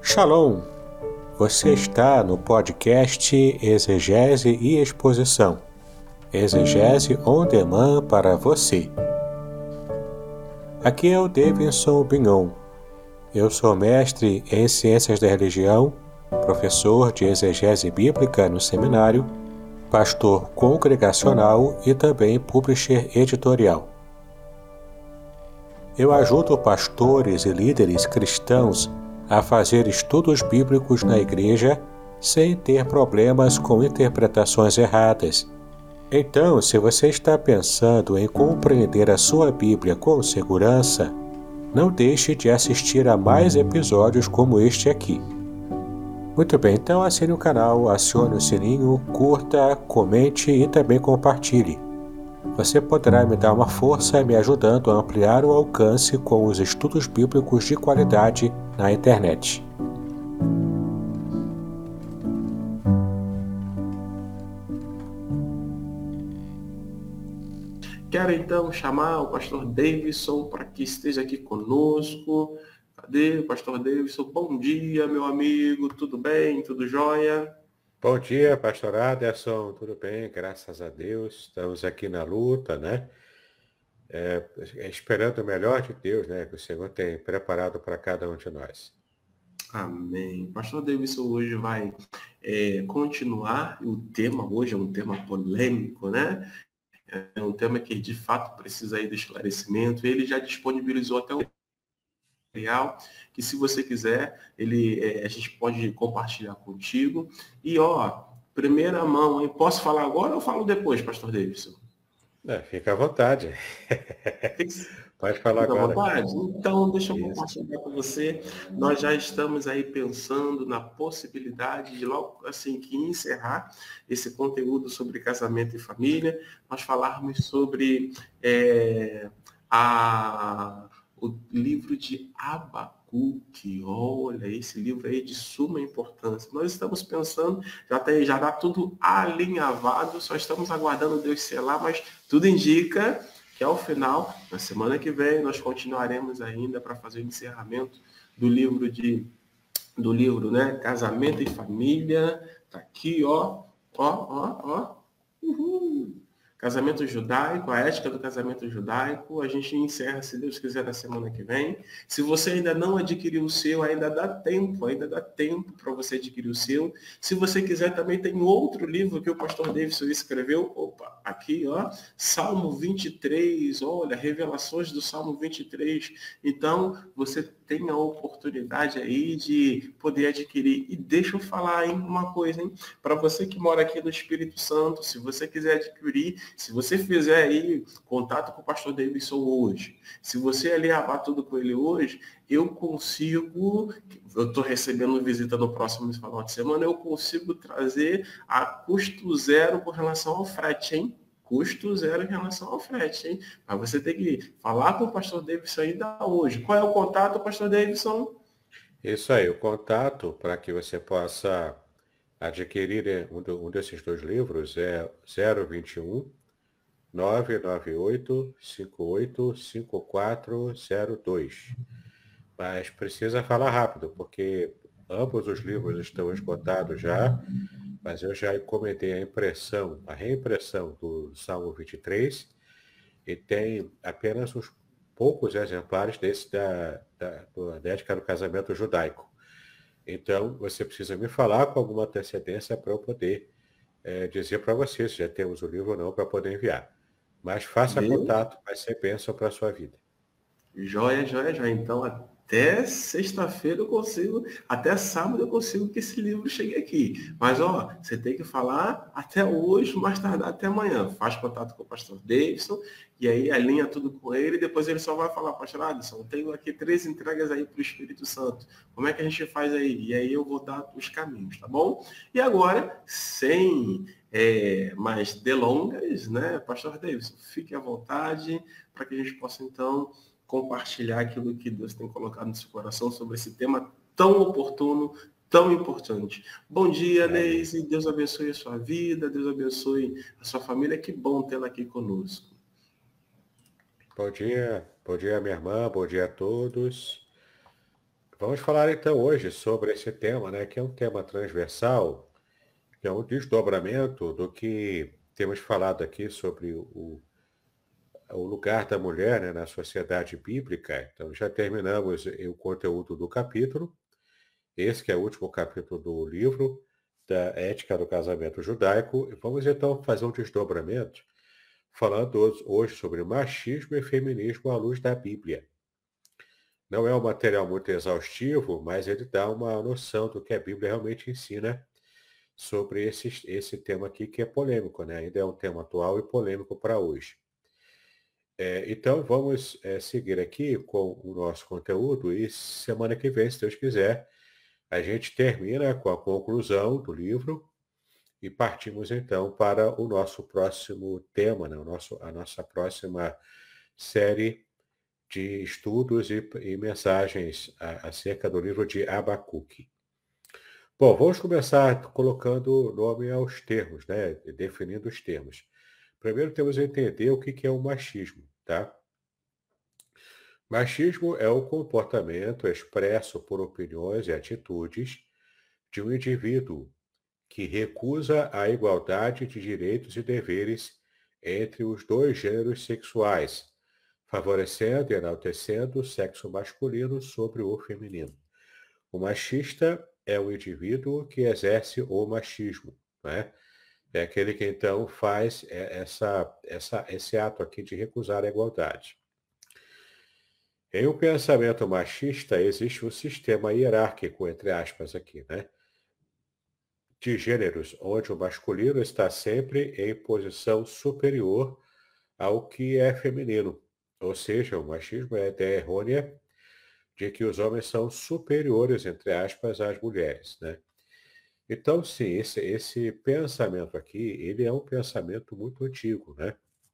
Shalom! Você está no podcast Exegese e Exposição. Exegese on demand para você. Aqui é o Davidson Bignon. Eu sou mestre em Ciências da Religião, professor de Exegese Bíblica no seminário, pastor congregacional e também publisher editorial. Eu ajudo pastores e líderes cristãos a fazer estudos bíblicos na igreja sem ter problemas com interpretações erradas. Então, se você está pensando em compreender a sua Bíblia com segurança, não deixe de assistir a mais episódios como este aqui. Muito bem, então assine o canal, acione o sininho, curta, comente e também compartilhe. Você poderá me dar uma força me ajudando a ampliar o alcance com os estudos bíblicos de qualidade na internet. Quero então chamar o pastor Davidson para que esteja aqui conosco. Cadê o pastor Davidson? Bom dia, meu amigo. Tudo bem? Tudo jóia? Bom dia, pastor Aderson. Tudo bem? Graças a Deus. Estamos aqui na luta, né? Esperando o melhor de Deus, né? Que o Senhor tem preparado para cada um de nós. Amém. O pastor Davidson hoje vai continuar. O tema hoje é um tema polêmico, né? É um tema que de fato precisa aí de esclarecimento. Ele já disponibilizou até o material que, se você quiser, a gente pode compartilhar contigo. E primeira mão, hein? Posso falar agora ou falo depois, pastor Davidson? Fica à vontade. Pode falar Fica à agora. vontade? Então, deixa eu Isso. compartilhar com você. Nós já estamos aí pensando na possibilidade de logo assim que encerrar esse conteúdo sobre casamento e família, nós falarmos sobre o livro de Abacuque. Olha, esse livro aí de suma importância. Nós estamos pensando, já está tudo alinhavado, só estamos aguardando Deus selar, mas tudo indica que ao final, na semana que vem, nós continuaremos ainda para fazer o encerramento do livro, né? Casamento e Família. Tá aqui, ó. Uhul. Casamento judaico, a ética do casamento judaico. A gente encerra, se Deus quiser, na semana que vem. Se você ainda não adquiriu o seu, ainda dá tempo para você adquirir o seu. Se você quiser, também tem outro livro que o pastor Davidson escreveu. Opa, aqui, ó, Salmo 23, olha, revelações do Salmo 23. Então, você tem a oportunidade aí de poder adquirir. E deixa eu falar, hein, uma coisa, hein? Para você que mora aqui no Espírito Santo, se você quiser adquirir, se você fizer aí contato com o pastor Davidson hoje, se você alinhavar tudo com ele hoje, eu estou recebendo visita no próximo final de semana, eu consigo trazer a custo zero com relação ao frete, hein? Custo zero em relação ao frete, hein? Mas você tem que falar com o pastor Davidson ainda hoje. Qual é o contato, pastor Davidson? Isso aí, o contato para que você possa adquirir um desses dois livros é 021 998 58 5402. Mas precisa falar rápido, porque ambos os livros estão esgotados já, mas eu já encomendei a reimpressão do Salmo 23 e tem apenas uns poucos exemplares desse da ética do casamento judaico. Então, você precisa me falar com alguma antecedência para eu poder dizer para você se já temos o livro ou não para poder enviar. Mas faça Viu? contato, vai ser bênção para a sua vida. Joia, joia, joia. Então, até sexta-feira eu consigo, até sábado eu consigo que esse livro chegue aqui. Mas, você tem que falar até hoje, mais tardar até amanhã. Faz contato com o pastor Davidson e aí alinha tudo com ele. E depois ele só vai falar, pastor Adson, eu tenho aqui 3 entregas aí para o Espírito Santo. Como é que a gente faz aí? E aí eu vou dar os caminhos, tá bom? E agora, sem mais delongas, né, pastor Davidson, fique à vontade para que a gente possa, então, compartilhar aquilo que Deus tem colocado no seu coração sobre esse tema tão oportuno, tão importante. Bom dia, Amém. Neise. Deus abençoe a sua vida, Deus abençoe a sua família. Que bom tê-la aqui conosco. Bom dia, minha irmã, bom dia a todos. Vamos falar então hoje sobre esse tema, né, que é um tema transversal, que é um desdobramento do que temos falado aqui sobre o lugar da mulher, né, na sociedade bíblica. Então, já terminamos o conteúdo do capítulo, esse que é o último capítulo do livro da Ética do Casamento Judaico. E vamos então fazer um desdobramento, falando hoje sobre machismo e feminismo à luz da Bíblia. Não é um material muito exaustivo, mas ele dá uma noção do que a Bíblia realmente ensina sobre esse tema aqui, que é polêmico, né? Ainda é um tema atual e polêmico para hoje. Então, vamos seguir aqui com o nosso conteúdo e semana que vem, se Deus quiser, a gente termina com a conclusão do livro e partimos então para o nosso próximo tema, né? A nossa próxima série de estudos e mensagens acerca do livro de Abacuque. Bom, vamos começar colocando nome aos termos, né? Definindo os termos. Primeiro temos que entender o que é o machismo, tá? Machismo é o comportamento expresso por opiniões e atitudes de um indivíduo que recusa a igualdade de direitos e deveres entre os dois gêneros sexuais, favorecendo e enaltecendo o sexo masculino sobre o feminino. O machista é o indivíduo que exerce o machismo, né? É aquele que então faz esse ato aqui de recusar a igualdade. Em um pensamento machista existe um sistema hierárquico, entre aspas, aqui, né? De gêneros, onde o masculino está sempre em posição superior ao que é feminino. Ou seja, o machismo é a ideia errônea de que os homens são superiores, entre aspas, às mulheres, né? Então, sim, esse pensamento aqui, ele é um pensamento muito antigo, né?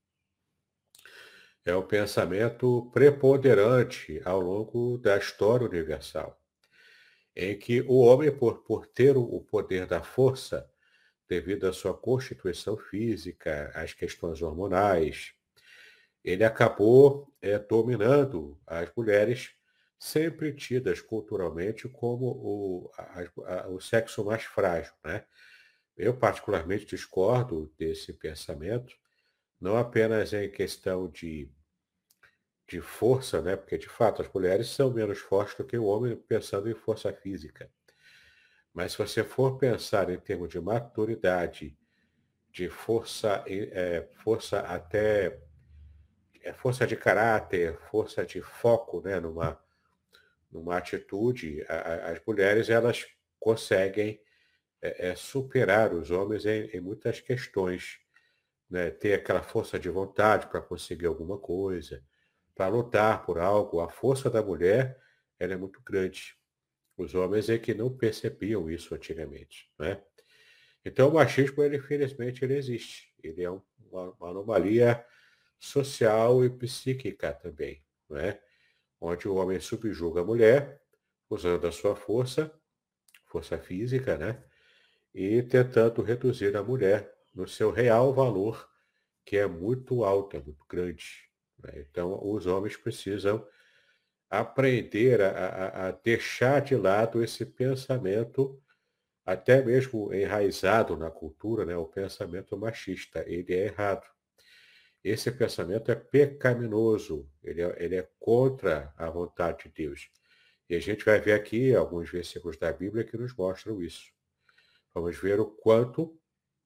É um pensamento preponderante ao longo da história universal, em que o homem, por ter o poder da força, devido à sua constituição física, às questões hormonais, ele acabou dominando as mulheres, sempre tidas culturalmente como o sexo mais frágil, né? Eu particularmente discordo desse pensamento, não apenas em questão de força, né? Porque de fato as mulheres são menos fortes do que o homem pensando em força física. Mas se você for pensar em termos de maturidade, de força, força até força de caráter, força de foco, né, numa atitude, as mulheres elas conseguem superar os homens em muitas questões, né, ter aquela força de vontade para conseguir alguma coisa, para lutar por algo. A força da mulher ela é muito grande. Os homens é que não percebiam isso antigamente, né? Então o machismo, ele, infelizmente, ele existe. Ele é uma anomalia social e psíquica também, não é? Onde o homem subjuga a mulher, usando a sua força, força física, né? E tentando reduzir a mulher no seu real valor, que é muito alto, é muito grande, né? Então, os homens precisam aprender a deixar de lado esse pensamento, até mesmo enraizado na cultura, né? O pensamento machista. Ele é errado. Esse pensamento é pecaminoso, ele é contra a vontade de Deus. E a gente vai ver aqui alguns versículos da Bíblia que nos mostram isso. Vamos ver o quanto,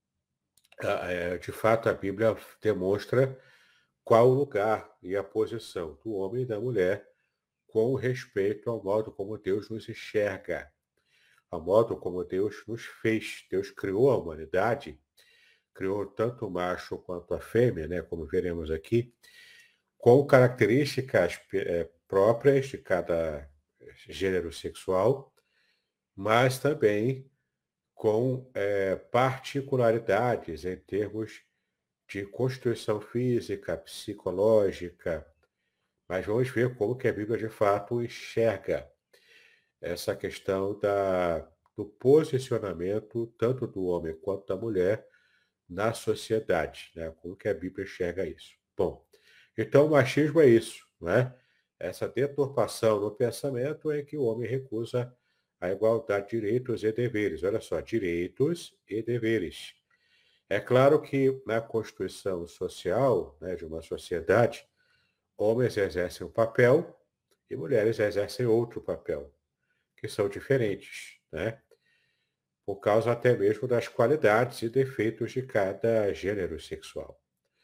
de fato, a Bíblia demonstra qual o lugar e a posição do homem e da mulher com respeito ao modo como Deus nos enxerga, ao modo como Deus nos fez. Deus criou a humanidade, criou tanto o macho quanto a fêmea, né, como veremos aqui, com características próprias de cada gênero sexual, mas também com particularidades em termos de constituição física, psicológica. Mas vamos ver como que a Bíblia de fato enxerga essa questão do posicionamento tanto do homem quanto da mulher na sociedade, né? Como que a Bíblia enxerga isso. Bom, então o machismo é isso, não é? essa deturpação no pensamento é que o homem recusa a igualdade de direitos e deveres. Olha só, direitos e deveres. É claro que na constituição social, né, de uma sociedade, homens exercem um papel e mulheres exercem outro papel, que são diferentes, né? Por causa até mesmo das qualidades e defeitos de cada gênero sexual.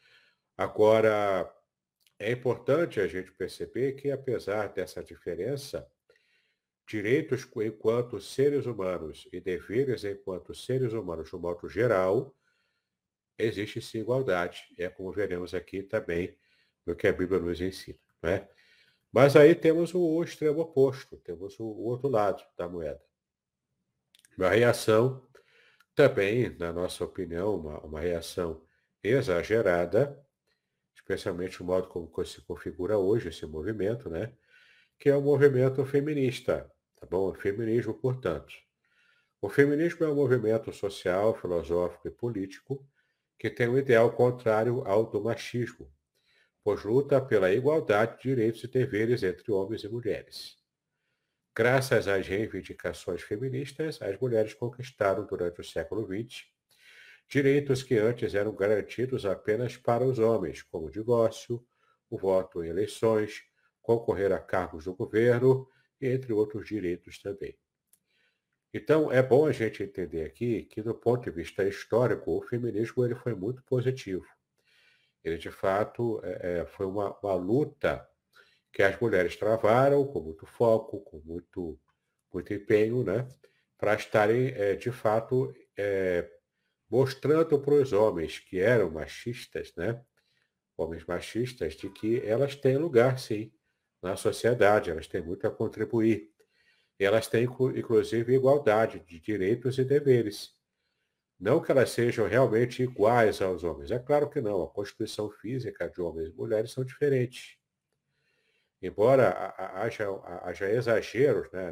Agora, é importante a gente perceber que, apesar dessa diferença, direitos enquanto seres humanos e deveres enquanto seres humanos, de um modo geral, existe sim igualdade. É como veremos aqui também no que a Bíblia nos ensina, né? Mas aí temos o extremo oposto, temos o outro lado da moeda. Uma reação também, na nossa opinião, uma reação exagerada, especialmente o modo como se configura hoje esse movimento, né? Que é o movimento feminista, tá bom? O feminismo, portanto. O feminismo é um movimento social, filosófico e político que tem um ideal contrário ao do machismo, pois luta pela igualdade de direitos e deveres entre homens e mulheres. Graças às reivindicações feministas, as mulheres conquistaram durante o século XX direitos que antes eram garantidos apenas para os homens, como o divórcio, o voto em eleições, concorrer a cargos do governo, entre outros direitos também. Então, é bom a gente entender aqui que, do ponto de vista histórico, o feminismo ele foi muito positivo. Ele, de fato, foi uma luta que as mulheres travaram com muito foco, com muito empenho, né, para estarem, de fato, mostrando para os homens que eram machistas, né, homens machistas, de que elas têm lugar, sim, na sociedade, elas têm muito a contribuir. E elas têm, inclusive, igualdade de direitos e deveres. Não que elas sejam realmente iguais aos homens. É claro que não. A constituição física de homens e mulheres são diferentes. Embora haja exageros, né,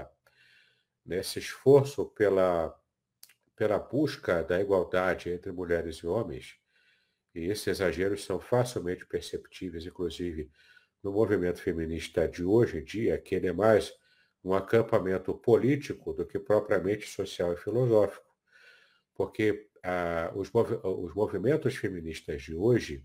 nesse esforço pela busca da igualdade entre mulheres e homens, e esses exageros são facilmente perceptíveis, inclusive no movimento feminista de hoje em dia, que ele é mais um acampamento político do que propriamente social e filosófico. Porque os movimentos feministas de hoje,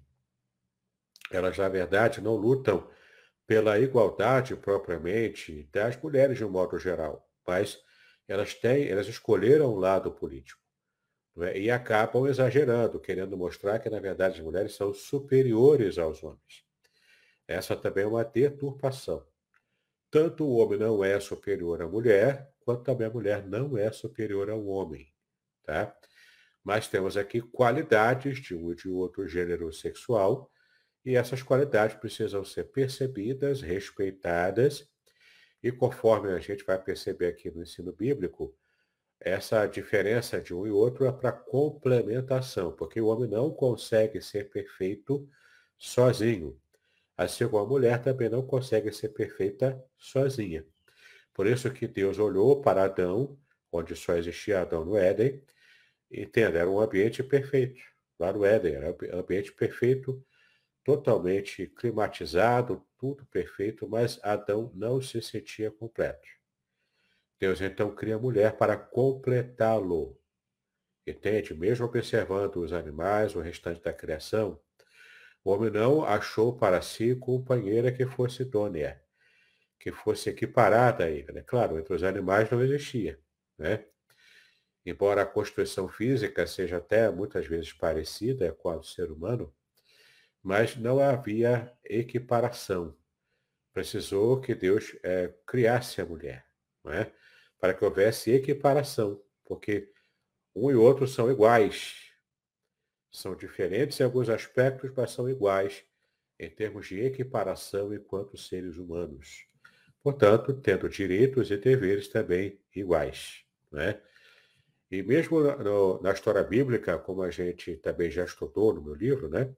elas, na verdade, não lutam pela igualdade propriamente das mulheres de um modo geral, mas elas escolheram um lado político, não é? E acabam exagerando, querendo mostrar que, na verdade, as mulheres são superiores aos homens. Essa também é uma deturpação. Tanto o homem não é superior à mulher, quanto também a mulher não é superior ao homem, tá? Mas temos aqui qualidades de um e de outro gênero sexual, e essas qualidades precisam ser percebidas, respeitadas, e conforme a gente vai perceber aqui no ensino bíblico, essa diferença de um e outro é para complementação, porque o homem não consegue ser perfeito sozinho. Assim como a mulher também não consegue ser perfeita sozinha. Por isso que Deus olhou para Adão, onde só existia Adão no Éden, e entenda, era um ambiente perfeito. Lá no Éden, era um ambiente perfeito, totalmente climatizado, tudo perfeito, mas Adão não se sentia completo. Deus então cria a mulher para completá-lo. Entende? Mesmo observando os animais, o restante da criação, o homem não achou para si companheira que fosse idônea, que fosse equiparada a ele, né? Claro, entre os animais não existia, né? Embora a constituição física seja até muitas vezes parecida com a do ser humano, mas não havia equiparação. Precisou que Deus criasse a mulher, não é? Para que houvesse equiparação, porque um e outro são iguais. São diferentes em alguns aspectos, mas são iguais em termos de equiparação enquanto seres humanos. Portanto, tendo direitos e deveres também iguais, né? E mesmo na história bíblica, como a gente também já estudou no meu livro, né?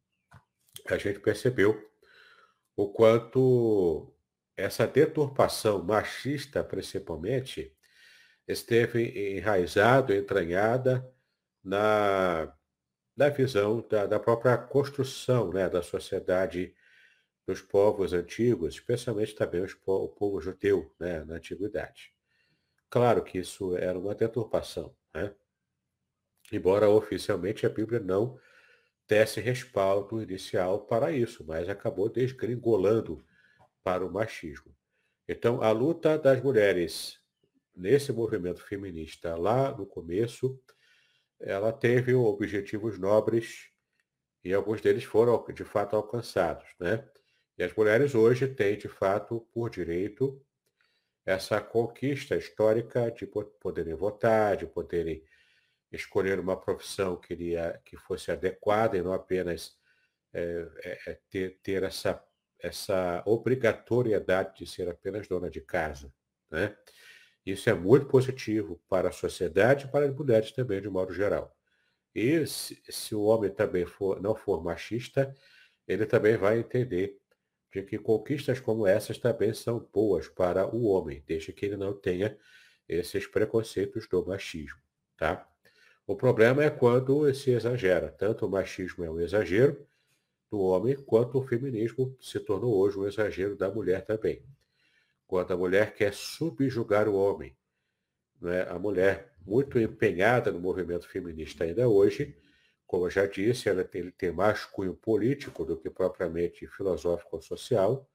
A gente percebeu o quanto essa deturpação machista, principalmente, esteve enraizado, entranhada na visão da própria construção, né, da sociedade dos povos antigos, especialmente também o povo judeu, né, na antiguidade. Claro que isso era uma deturpação, né? Embora oficialmente a Bíblia não desse respaldo inicial para isso, mas acabou desgringolando para o machismo. Então, a luta das mulheres nesse movimento feminista lá no começo, ela teve objetivos nobres e alguns deles foram de fato alcançados, né? E as mulheres hoje têm de fato por direito essa conquista histórica de poderem votar, de poderem escolher uma profissão que fosse adequada e não apenas ter essa obrigatoriedade de ser apenas dona de casa, né? Isso é muito positivo para a sociedade e para as mulheres também, de modo geral. E se o homem também não for machista, ele também vai entender de que conquistas como essas também são boas para o homem, desde que ele não tenha esses preconceitos do machismo, tá? O problema é quando se exagera. Tanto o machismo é um exagero do homem, quanto o feminismo se tornou hoje um exagero da mulher também. Quando a mulher quer subjugar o homem, né? A mulher muito empenhada no movimento feminista ainda hoje, como eu já disse, ele tem mais cunho político do que propriamente filosófico ou social,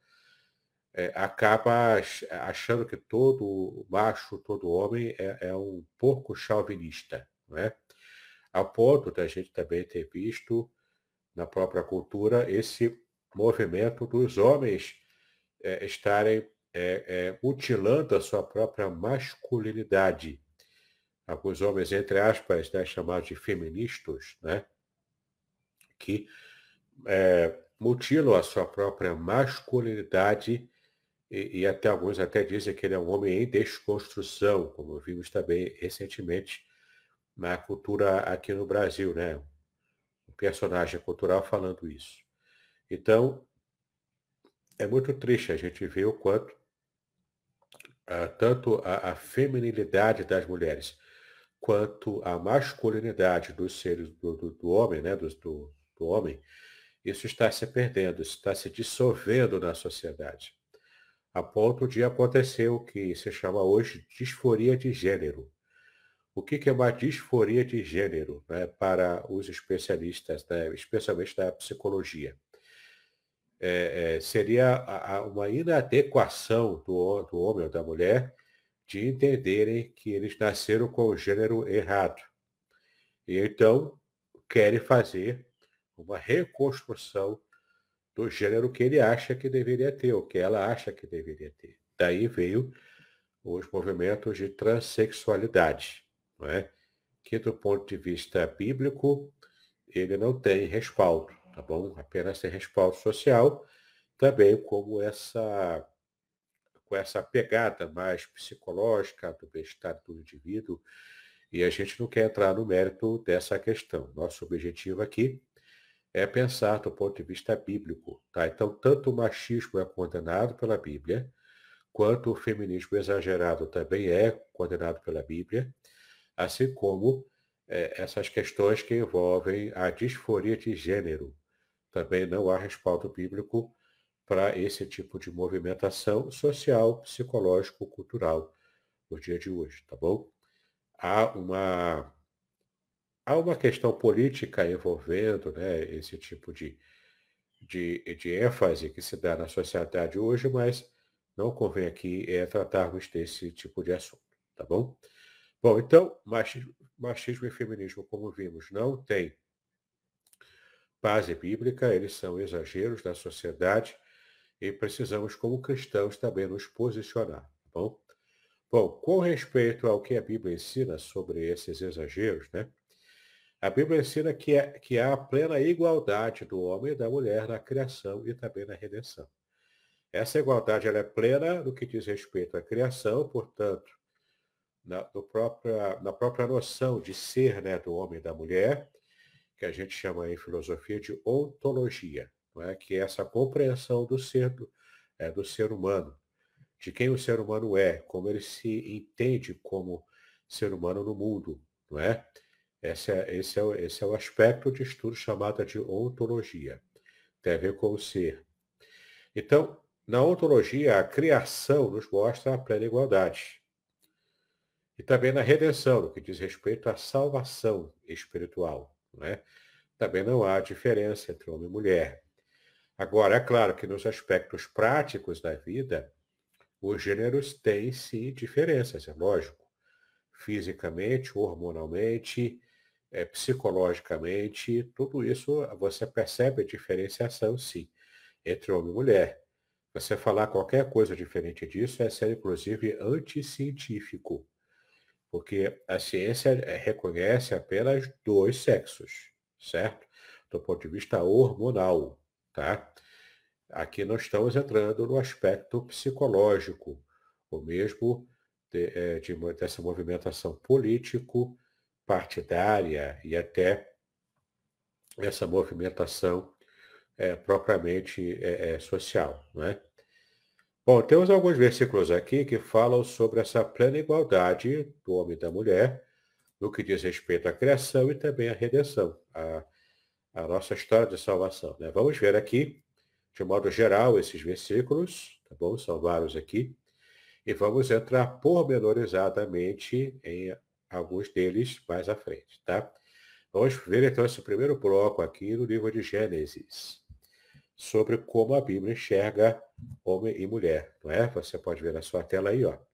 acaba achando que todo macho, todo homem é um porco chauvinista, não é? Ao ponto da gente também ter visto na própria cultura esse movimento dos homens estarem mutilando a sua própria masculinidade. Alguns homens, entre aspas, né, chamados de feministas, né, que mutilam a sua própria masculinidade e até alguns até dizem que ele é um homem em desconstrução, como vimos também recentemente na cultura aqui no Brasil, né? Um personagem cultural falando isso. Então, é muito triste a gente ver o quanto tanto a feminilidade das mulheres quanto a masculinidade dos seres do homem, né? Do homem, isso está se perdendo, isso está se dissolvendo na sociedade, a ponto de acontecer o que se chama hoje disforia de gênero. O que é uma disforia de gênero, né, para os especialistas, né, especialmente da psicologia? Seria uma inadequação do homem ou da mulher de entenderem que eles nasceram com o gênero errado. E então querem fazer uma reconstrução do gênero que ele acha que deveria ter, ou que ela acha que deveria ter. Daí veio os movimentos de transexualidade, não é? Que do ponto de vista bíblico, ele não tem respaldo, tá bom? Apenas tem respaldo social, também com essa pegada mais psicológica do bem-estar do indivíduo, e a gente não quer entrar no mérito dessa questão. Nosso objetivo aqui é pensar do ponto de vista bíblico, tá? Então, tanto o machismo é condenado pela Bíblia, quanto o feminismo exagerado também é condenado pela Bíblia, assim como essas questões que envolvem a disforia de gênero. Também não há respaldo bíblico para esse tipo de movimentação social, psicológico, cultural no dia de hoje, tá bom? Há uma, há uma questão política envolvendo, né, esse tipo de ênfase que se dá na sociedade hoje, mas não convém aqui tratarmos desse tipo de assunto, tá bom? Bom, então, machismo e feminismo, como vimos, não tem base bíblica, eles são exageros da sociedade e precisamos, como cristãos, também nos posicionar, tá bom? Bom, com respeito ao que a Bíblia ensina sobre esses exageros, né? A Bíblia ensina que há a plena igualdade do homem e da mulher na criação e também na redenção. Essa igualdade ela é plena no que diz respeito à criação, portanto, na própria noção de ser, né, do homem e da mulher, que a gente chama em filosofia de ontologia, não é? Que é essa compreensão do ser humano, de quem o ser humano é, como ele se entende como ser humano no mundo, não é? Esse é o aspecto de estudo chamado de ontologia. Tem a ver com o ser. Então, na ontologia, a criação nos mostra a plena igualdade. E também na redenção, no que diz respeito à salvação espiritual. Não é? Também não há diferença entre homem e mulher. Agora, é claro que nos aspectos práticos da vida, os gêneros têm sim diferenças, é lógico. Fisicamente, hormonalmente, psicologicamente, tudo isso você percebe a diferenciação, sim, entre homem e mulher. Você falar qualquer coisa diferente disso é ser, inclusive, anticientífico, porque a ciência reconhece apenas dois sexos, certo? Do ponto de vista hormonal, tá? Aqui nós estamos entrando no aspecto psicológico, ou mesmo dessa movimentação político, partidária e até essa movimentação propriamente social, não é? Bom, temos alguns versículos aqui que falam sobre essa plena igualdade do homem e da mulher, no que diz respeito à criação e também à redenção, a nossa história de salvação, né? Vamos ver aqui, de modo geral, esses versículos, tá bom? São vários aqui, e vamos entrar pormenorizadamente em alguns deles mais à frente, tá? Vamos ver então esse primeiro bloco aqui no livro de Gênesis, sobre como a Bíblia enxerga homem e mulher, não é? Você pode ver na sua tela aí, ó.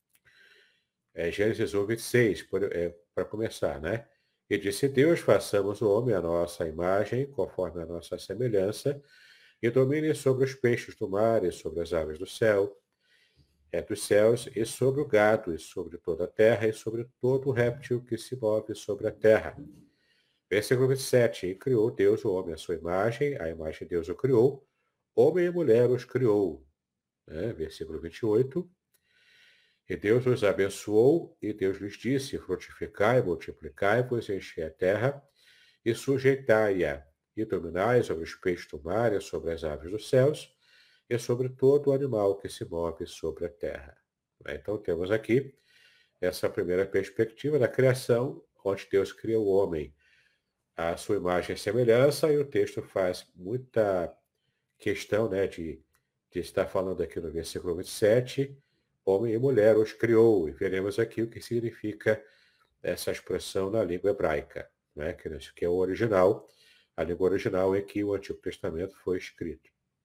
Gênesis 1, 26, para começar, né? E disse Deus, façamos o homem à nossa imagem, conforme a nossa semelhança, e domine sobre os peixes do mar, e sobre as aves do céu, dos céus, e sobre o gado, e sobre toda a terra, e sobre todo o réptil que se move sobre a terra. Versículo 27. E criou Deus o homem à sua imagem, a imagem de Deus o criou, homem e mulher os criou. Versículo 28. E Deus os abençoou, e Deus lhes disse, frutificai, multiplicai-vos, enchei a terra, e sujeitai-a, e dominai sobre os peixes do mar, e sobre as aves dos céus, e sobre todo o animal que se move sobre a terra. Então temos aqui essa primeira perspectiva da criação, onde Deus cria o homem à sua imagem e semelhança, e o texto faz muita questão, né, de estar falando aqui no versículo 27, homem e mulher os criou, e veremos aqui o que significa essa expressão na língua hebraica, né, que é o original, a língua original em que o Antigo Testamento foi escrito.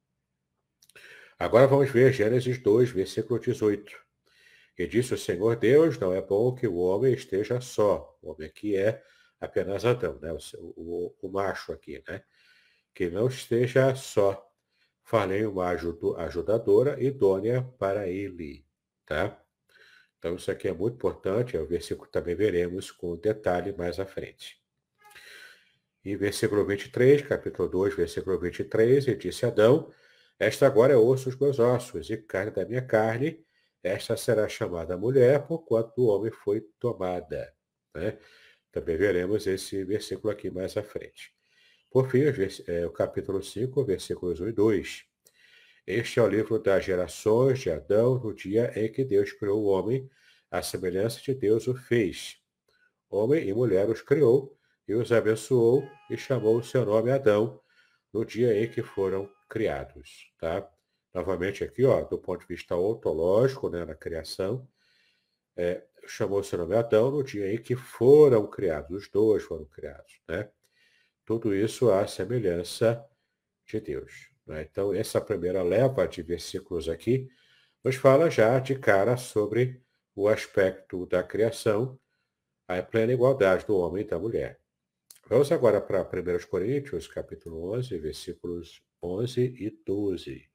Agora vamos ver Gênesis 2, versículo 18. E disse o Senhor Deus, não é bom que o homem esteja só. O homem aqui é apenas Adão, né? O macho aqui, né? Que não esteja só. Falei uma ajudadora idônea para ele, tá? Então isso aqui é muito importante, é o versículo que também veremos com detalhe mais à frente. E versículo 23, capítulo 2, versículo 23, e disse Adão, esta agora é osso dos meus ossos e carne da minha carne, esta será chamada mulher, porquanto o homem foi tomada. Né? Também veremos esse versículo aqui mais à frente. Por fim, o capítulo 5, versículos 1 e 2. Este é o livro das gerações de Adão no dia em que Deus criou o homem, à semelhança de Deus o fez. Homem e mulher os criou, e os abençoou, e chamou o seu nome Adão, no dia em que foram criados. Tá? Novamente aqui, ó, do ponto de vista ontológico, né, na criação, chamou o seu nome Adão no dia em que foram criados. Os dois foram criados. Né? Tudo isso à semelhança de Deus. Né? Então, essa primeira leva de versículos aqui nos fala já de cara sobre o aspecto da criação, a plena igualdade do homem e da mulher. Vamos agora para 1 Coríntios, capítulo 11, versículos 11 e 12.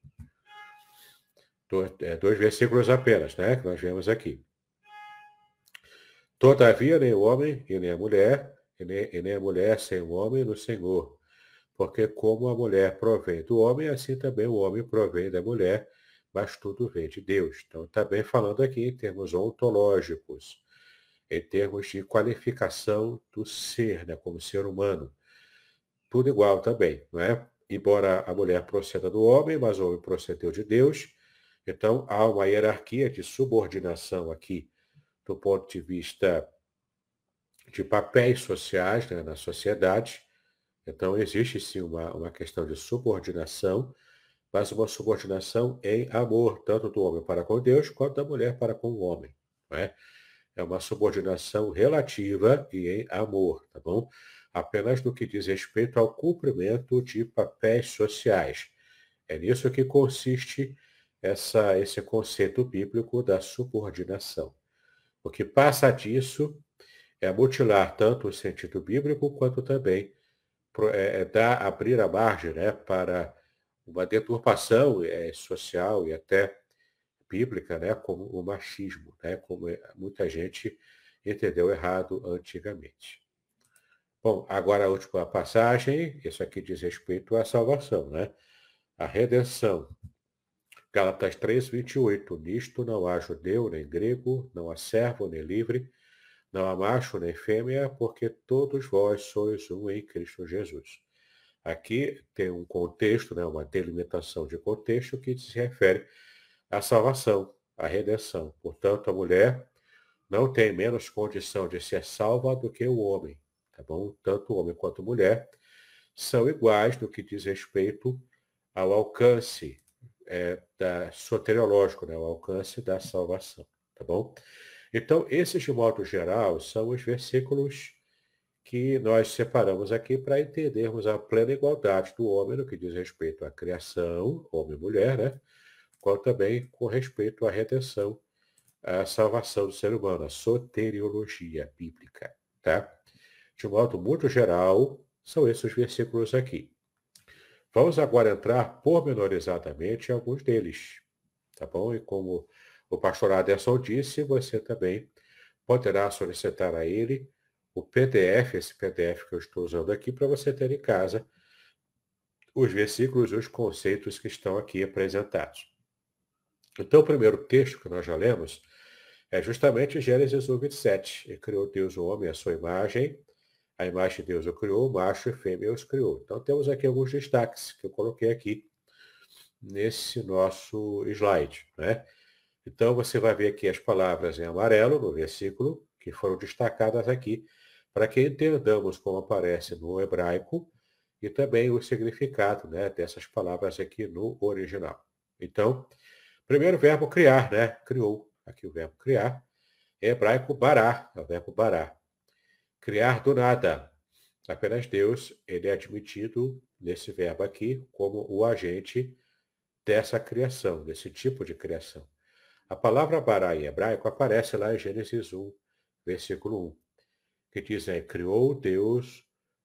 Dois versículos apenas, né, que nós vemos aqui. Todavia, nem o homem e nem a mulher, e nem a mulher sem o homem no Senhor. Porque como a mulher provém do homem, assim também o homem provém da mulher, mas tudo vem de Deus. Então, está bem falando aqui em termos ontológicos, em termos de qualificação do ser, né, como ser humano. Tudo igual também, não é? Embora a mulher proceda do homem, mas o homem procedeu de Deus, então há uma hierarquia de subordinação aqui, do ponto de vista de papéis sociais, né, na sociedade. Então existe sim uma questão de subordinação, mas uma subordinação em amor, tanto do homem para com Deus quanto da mulher para com o homem. Não é? É uma subordinação relativa e em amor, tá bom? Apenas no que diz respeito ao cumprimento de papéis sociais. É nisso que consiste esse conceito bíblico da subordinação. O que passa disso é mutilar tanto o sentido bíblico quanto também abrir a margem, né, para uma deturpação social e até bíblica, né, como o machismo, né, como muita gente entendeu errado antigamente. Bom, agora a última passagem, isso aqui diz respeito à salvação, né? A redenção. Gálatas 3:28. Nisto não há judeu nem grego, não há servo nem livre, não há macho nem fêmea, porque todos vós sois um em Cristo Jesus. Aqui tem um contexto, né, uma delimitação de contexto que se refere à salvação, à redenção. Portanto, a mulher não tem menos condição de ser salva do que o homem, tá bom? Tanto o homem quanto a mulher são iguais no que diz respeito ao alcance soteriológico, né, o alcance da salvação, tá bom? Então, esses, de modo geral, são os versículos que nós separamos aqui para entendermos a plena igualdade do homem no que diz respeito à criação, homem e mulher, né? Quanto também com respeito à redenção, à salvação do ser humano, a soteriologia bíblica, tá? De modo muito geral, são esses os versículos aqui. Vamos agora entrar pormenorizadamente em alguns deles, tá bom? E como o pastor Aderson disse, você também poderá solicitar a ele o PDF, esse PDF que eu estou usando aqui, para você ter em casa os versículos e os conceitos que estão aqui apresentados. Então, o primeiro texto que nós já lemos é justamente Gênesis 1:27. E criou Deus o homem à sua imagem, a imagem de Deus o criou, macho e fêmea os criou. Então, temos aqui alguns destaques que eu coloquei aqui nesse nosso slide, né? Então, você vai ver aqui as palavras em amarelo no versículo, que foram destacadas aqui, para que entendamos como aparece no hebraico e também o significado, né, dessas palavras aqui no original. Então, primeiro verbo criar, né? Criou. Aqui o verbo criar. Em hebraico, bará, é o verbo bará. Criar do nada. Apenas Deus, ele é admitido nesse verbo aqui como o agente dessa criação, desse tipo de criação. A palavra bará em hebraico aparece lá em Gênesis 1, versículo 1, que diz, criou Deus,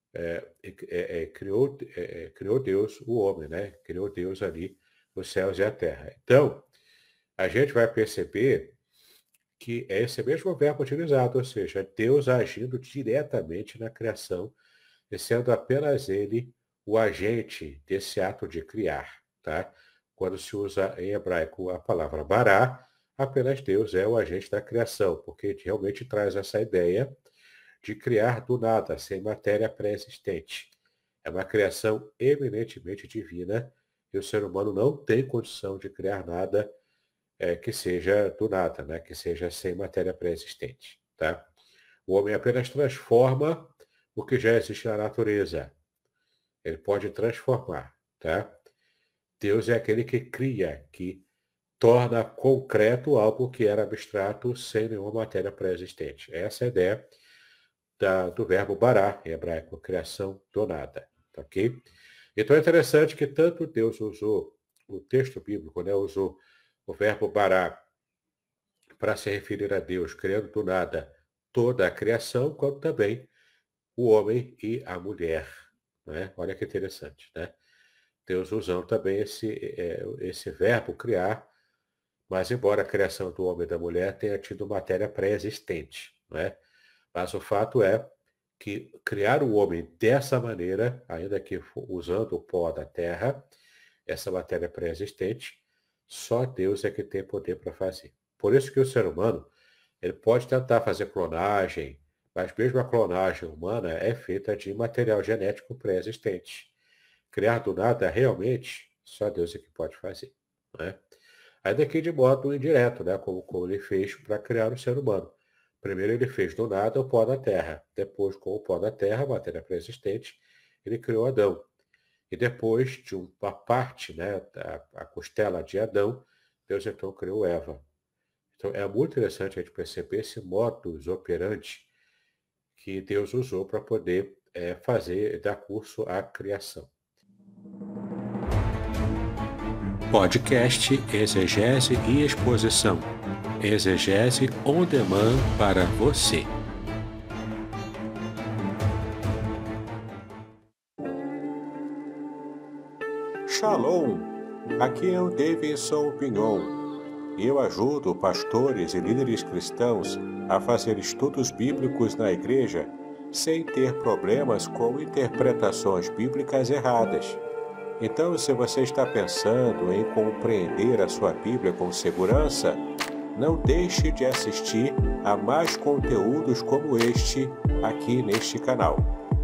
criou Deus o homem, né? Criou Deus ali os céus e a terra. Então, a gente vai perceber que é esse mesmo verbo utilizado, ou seja, Deus agindo diretamente na criação, e sendo apenas ele o agente desse ato de criar, tá? Quando se usa em hebraico a palavra bará, apenas Deus é o agente da criação, porque realmente traz essa ideia de criar do nada, sem matéria pré-existente. É uma criação eminentemente divina e o ser humano não tem condição de criar nada que seja do nada, né? Que seja sem matéria pré-existente, tá? O homem apenas transforma o que já existe na natureza. Ele pode transformar, tá? Deus é aquele que cria, que torna concreto algo que era abstrato sem nenhuma matéria pré-existente. Essa é a ideia do verbo bará, em hebraico, criação do nada, tá ok? Então é interessante que tanto Deus usou, o texto bíblico, né, usou o verbo bará para se referir a Deus, criando do nada toda a criação, quanto também o homem e a mulher. Né? Olha que interessante, né? Deus usando também esse verbo criar, mas embora a criação do homem e da mulher tenha tido matéria pré-existente, né? Mas o fato é que criar o homem dessa maneira, ainda que usando o pó da terra, essa matéria pré-existente, só Deus é que tem poder para fazer. Por isso que o ser humano, ele pode tentar fazer clonagem, mas mesmo a clonagem humana é feita de material genético pré-existente. Criar do nada, realmente, só Deus é que pode fazer. Né? Ainda que de modo indireto, né? como ele fez para criar o ser humano. Primeiro ele fez do nada o pó da terra. Depois, com o pó da terra, a matéria pré-existente, ele criou Adão. E depois de uma parte, né, a costela de Adão, Deus então criou Eva. Então é muito interessante a gente perceber esse modus operandi que Deus usou para poder fazer, dar curso à criação. Podcast Exegese e Exposição. Exegese on demand para você. Shalom! Aqui é o Davidson Pignon. Eu ajudo pastores e líderes cristãos a fazer estudos bíblicos na igreja sem ter problemas com interpretações bíblicas erradas. Então, se você está pensando em compreender a sua Bíblia com segurança, não deixe de assistir a mais conteúdos como este aqui neste canal.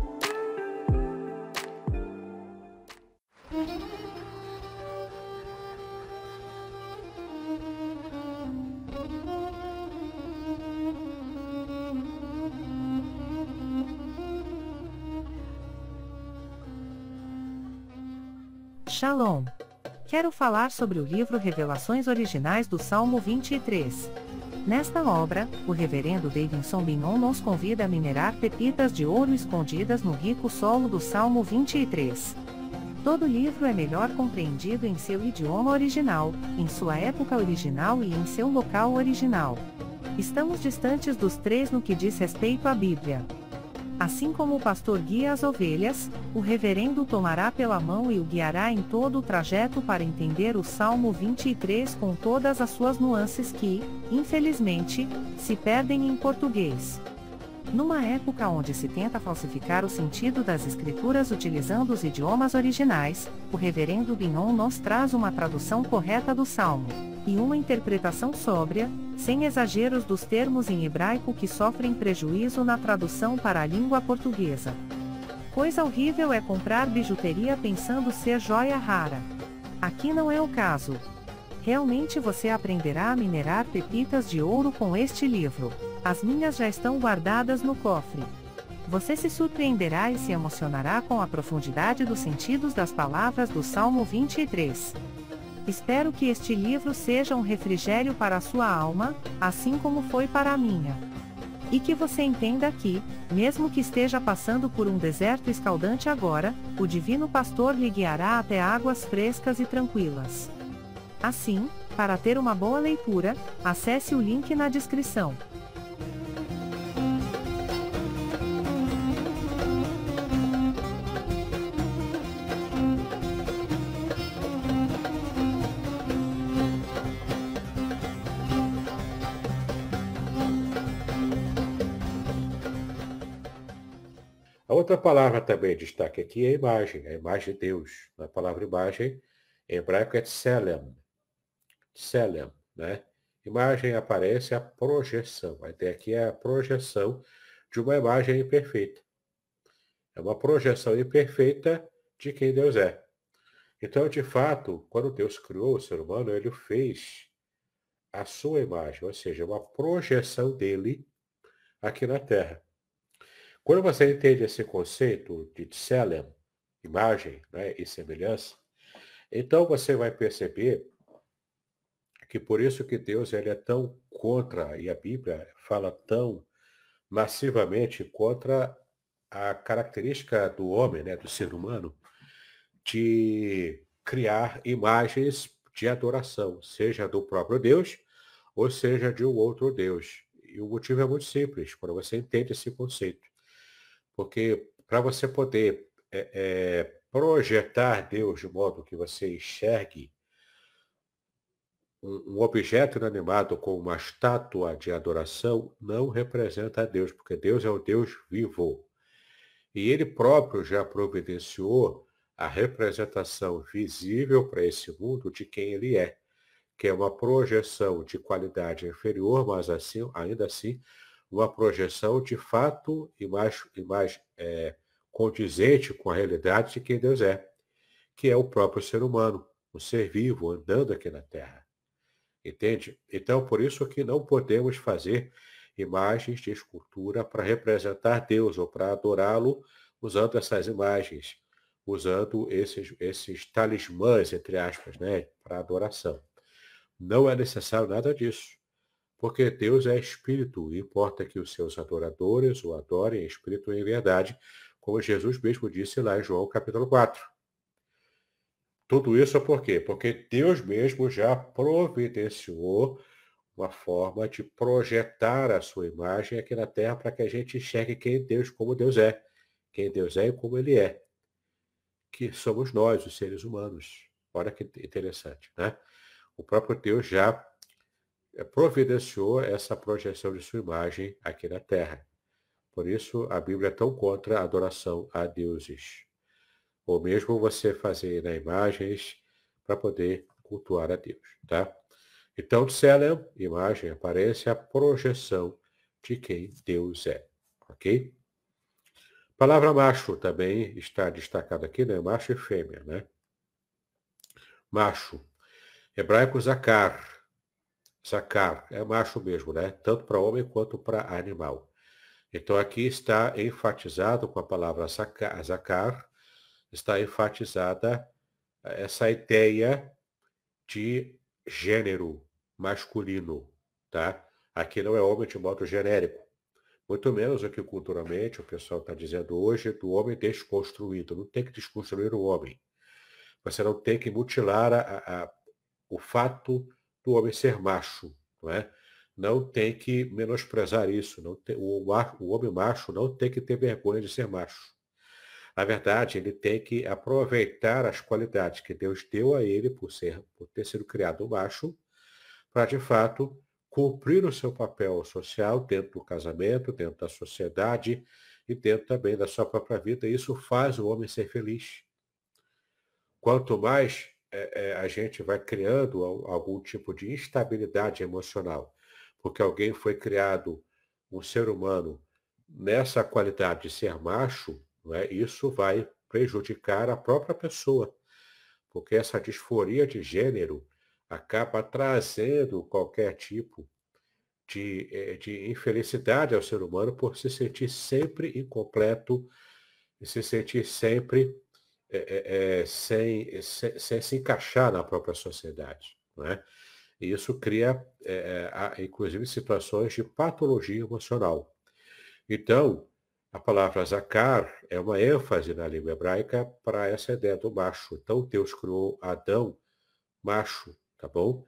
Shalom! Quero falar sobre o livro Revelações Originais do Salmo 23. Nesta obra, o reverendo Davidson Pignon nos convida a minerar pepitas de ouro escondidas no rico solo do Salmo 23. Todo livro é melhor compreendido em seu idioma original, em sua época original e em seu local original. Estamos distantes dos três no que diz respeito à Bíblia. Assim como o pastor guia as ovelhas, o reverendo tomará pela mão e o guiará em todo o trajeto para entender o Salmo 23 com todas as suas nuances que, infelizmente, se perdem em português. Numa época onde se tenta falsificar o sentido das escrituras utilizando os idiomas originais, o reverendo Pignon nos traz uma tradução correta do Salmo, e uma interpretação sóbria, sem exageros dos termos em hebraico que sofrem prejuízo na tradução para a língua portuguesa. Coisa horrível é comprar bijuteria pensando ser joia rara. Aqui não é o caso. Realmente você aprenderá a minerar pepitas de ouro com este livro. As minhas já estão guardadas no cofre. Você se surpreenderá e se emocionará com a profundidade dos sentidos das palavras do Salmo 23. Espero que este livro seja um refrigério para a sua alma, assim como foi para a minha. E que você entenda que, mesmo que esteja passando por um deserto escaldante agora, o Divino Pastor lhe guiará até águas frescas e tranquilas. Assim, para ter uma boa leitura, acesse o link na descrição. A outra palavra também de destaque aqui é a imagem de Deus. A palavra imagem em hebraico é tselem. Tselem, né? Imagem aparece a projeção. A ideia aqui é a projeção de uma imagem imperfeita. É uma projeção imperfeita de quem Deus é. Então, de fato, quando Deus criou o ser humano, ele o fez a sua imagem, ou seja, uma projeção dele aqui na Terra. Quando você entende esse conceito de tselem, imagem, né, e semelhança, então você vai perceber que por isso que Deus ele é tão contra, e a Bíblia fala tão massivamente contra a característica do homem, né, do ser humano, de criar imagens de adoração, seja do próprio Deus, ou seja de um outro Deus. E o motivo é muito simples, quando você entende esse conceito. Porque para você poder projetar Deus de modo que você enxergue um objeto inanimado com uma estátua de adoração, não representa Deus, porque Deus é o Deus vivo. E ele próprio já providenciou a representação visível para esse mundo de quem ele é, que é uma projeção de qualidade inferior, mas assim, ainda assim, uma projeção de fato e mais condizente com a realidade de quem Deus é, que é o próprio ser humano, o ser vivo andando aqui na Terra. Entende? Então, por isso que não podemos fazer imagens de escultura para representar Deus ou para adorá-lo usando essas imagens. usando esses talismãs, entre aspas, né, para adoração. Não é necessário nada disso, porque Deus é espírito, e importa que os seus adoradores o adorem em espírito e em verdade, como Jesus mesmo disse lá em João capítulo 4. Tudo isso é por quê? Porque Deus mesmo já providenciou uma forma de projetar a sua imagem aqui na Terra para que a gente enxergue como Deus é, quem Deus é e como Ele é, que somos nós, os seres humanos. Olha que interessante, né? O próprio Deus já providenciou essa projeção de sua imagem aqui na Terra. Por isso, a Bíblia é tão contra a adoração a deuses. Ou mesmo você fazer, né, imagens para poder cultuar a Deus, tá? Então, Tselem, imagem, aparece a projeção de quem Deus é, ok? Palavra macho também está destacada aqui, né? Macho e fêmea, né? Macho. Hebraico zakar. Zakar é macho mesmo, né? Tanto para homem quanto para animal. Então aqui está enfatizado com a palavra zakar, está enfatizada essa ideia de gênero masculino, tá? Aqui não é homem de modo genérico. Muito menos o que culturalmente o pessoal está dizendo hoje do homem desconstruído. Não tem que desconstruir o homem. Você não tem que mutilar o fato do homem ser macho, não é? Não tem que menosprezar isso. Não tem, o homem macho não tem que ter vergonha de ser macho. Na verdade, ele tem que aproveitar as qualidades que Deus deu a ele por ter sido criado macho, para de fato cumprir o seu papel social dentro do casamento, dentro da sociedade e dentro também da sua própria vida. Isso faz o homem ser feliz. Quanto mais a gente vai criando algum tipo de instabilidade emocional, porque alguém foi criado, um ser humano, nessa qualidade de ser macho, não é? Isso vai prejudicar a própria pessoa, porque essa disforia de gênero acaba trazendo qualquer tipo de infelicidade ao ser humano por se sentir sempre incompleto e se sentir sempre sem se encaixar na própria sociedade, não é? E isso cria, inclusive, situações de patologia emocional. Então, a palavra zakar é uma ênfase na língua hebraica para essa ideia do macho. Então, Deus criou Adão macho, tá bom?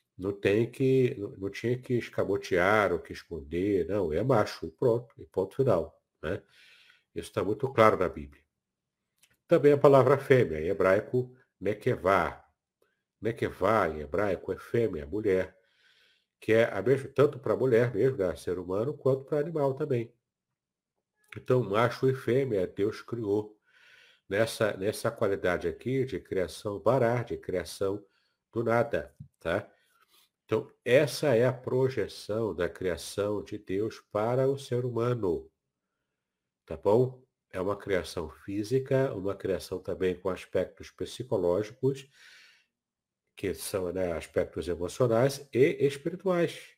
Não tinha que escamotear ou que esconder, não, é macho, e pronto, e ponto final, né? Isso está muito claro na Bíblia. Também a palavra fêmea, em hebraico, nekevá. Nekevá, em hebraico, é fêmea, mulher, que é a mesma, tanto para a mulher mesmo, né, ser humano, quanto para animal também. Então, macho e fêmea, Deus criou nessa qualidade aqui de criação bará, de criação do nada, tá? Então, essa é a projeção da criação de Deus para o ser humano, tá bom? É uma criação física, uma criação também com aspectos psicológicos, que são, né, aspectos emocionais e espirituais.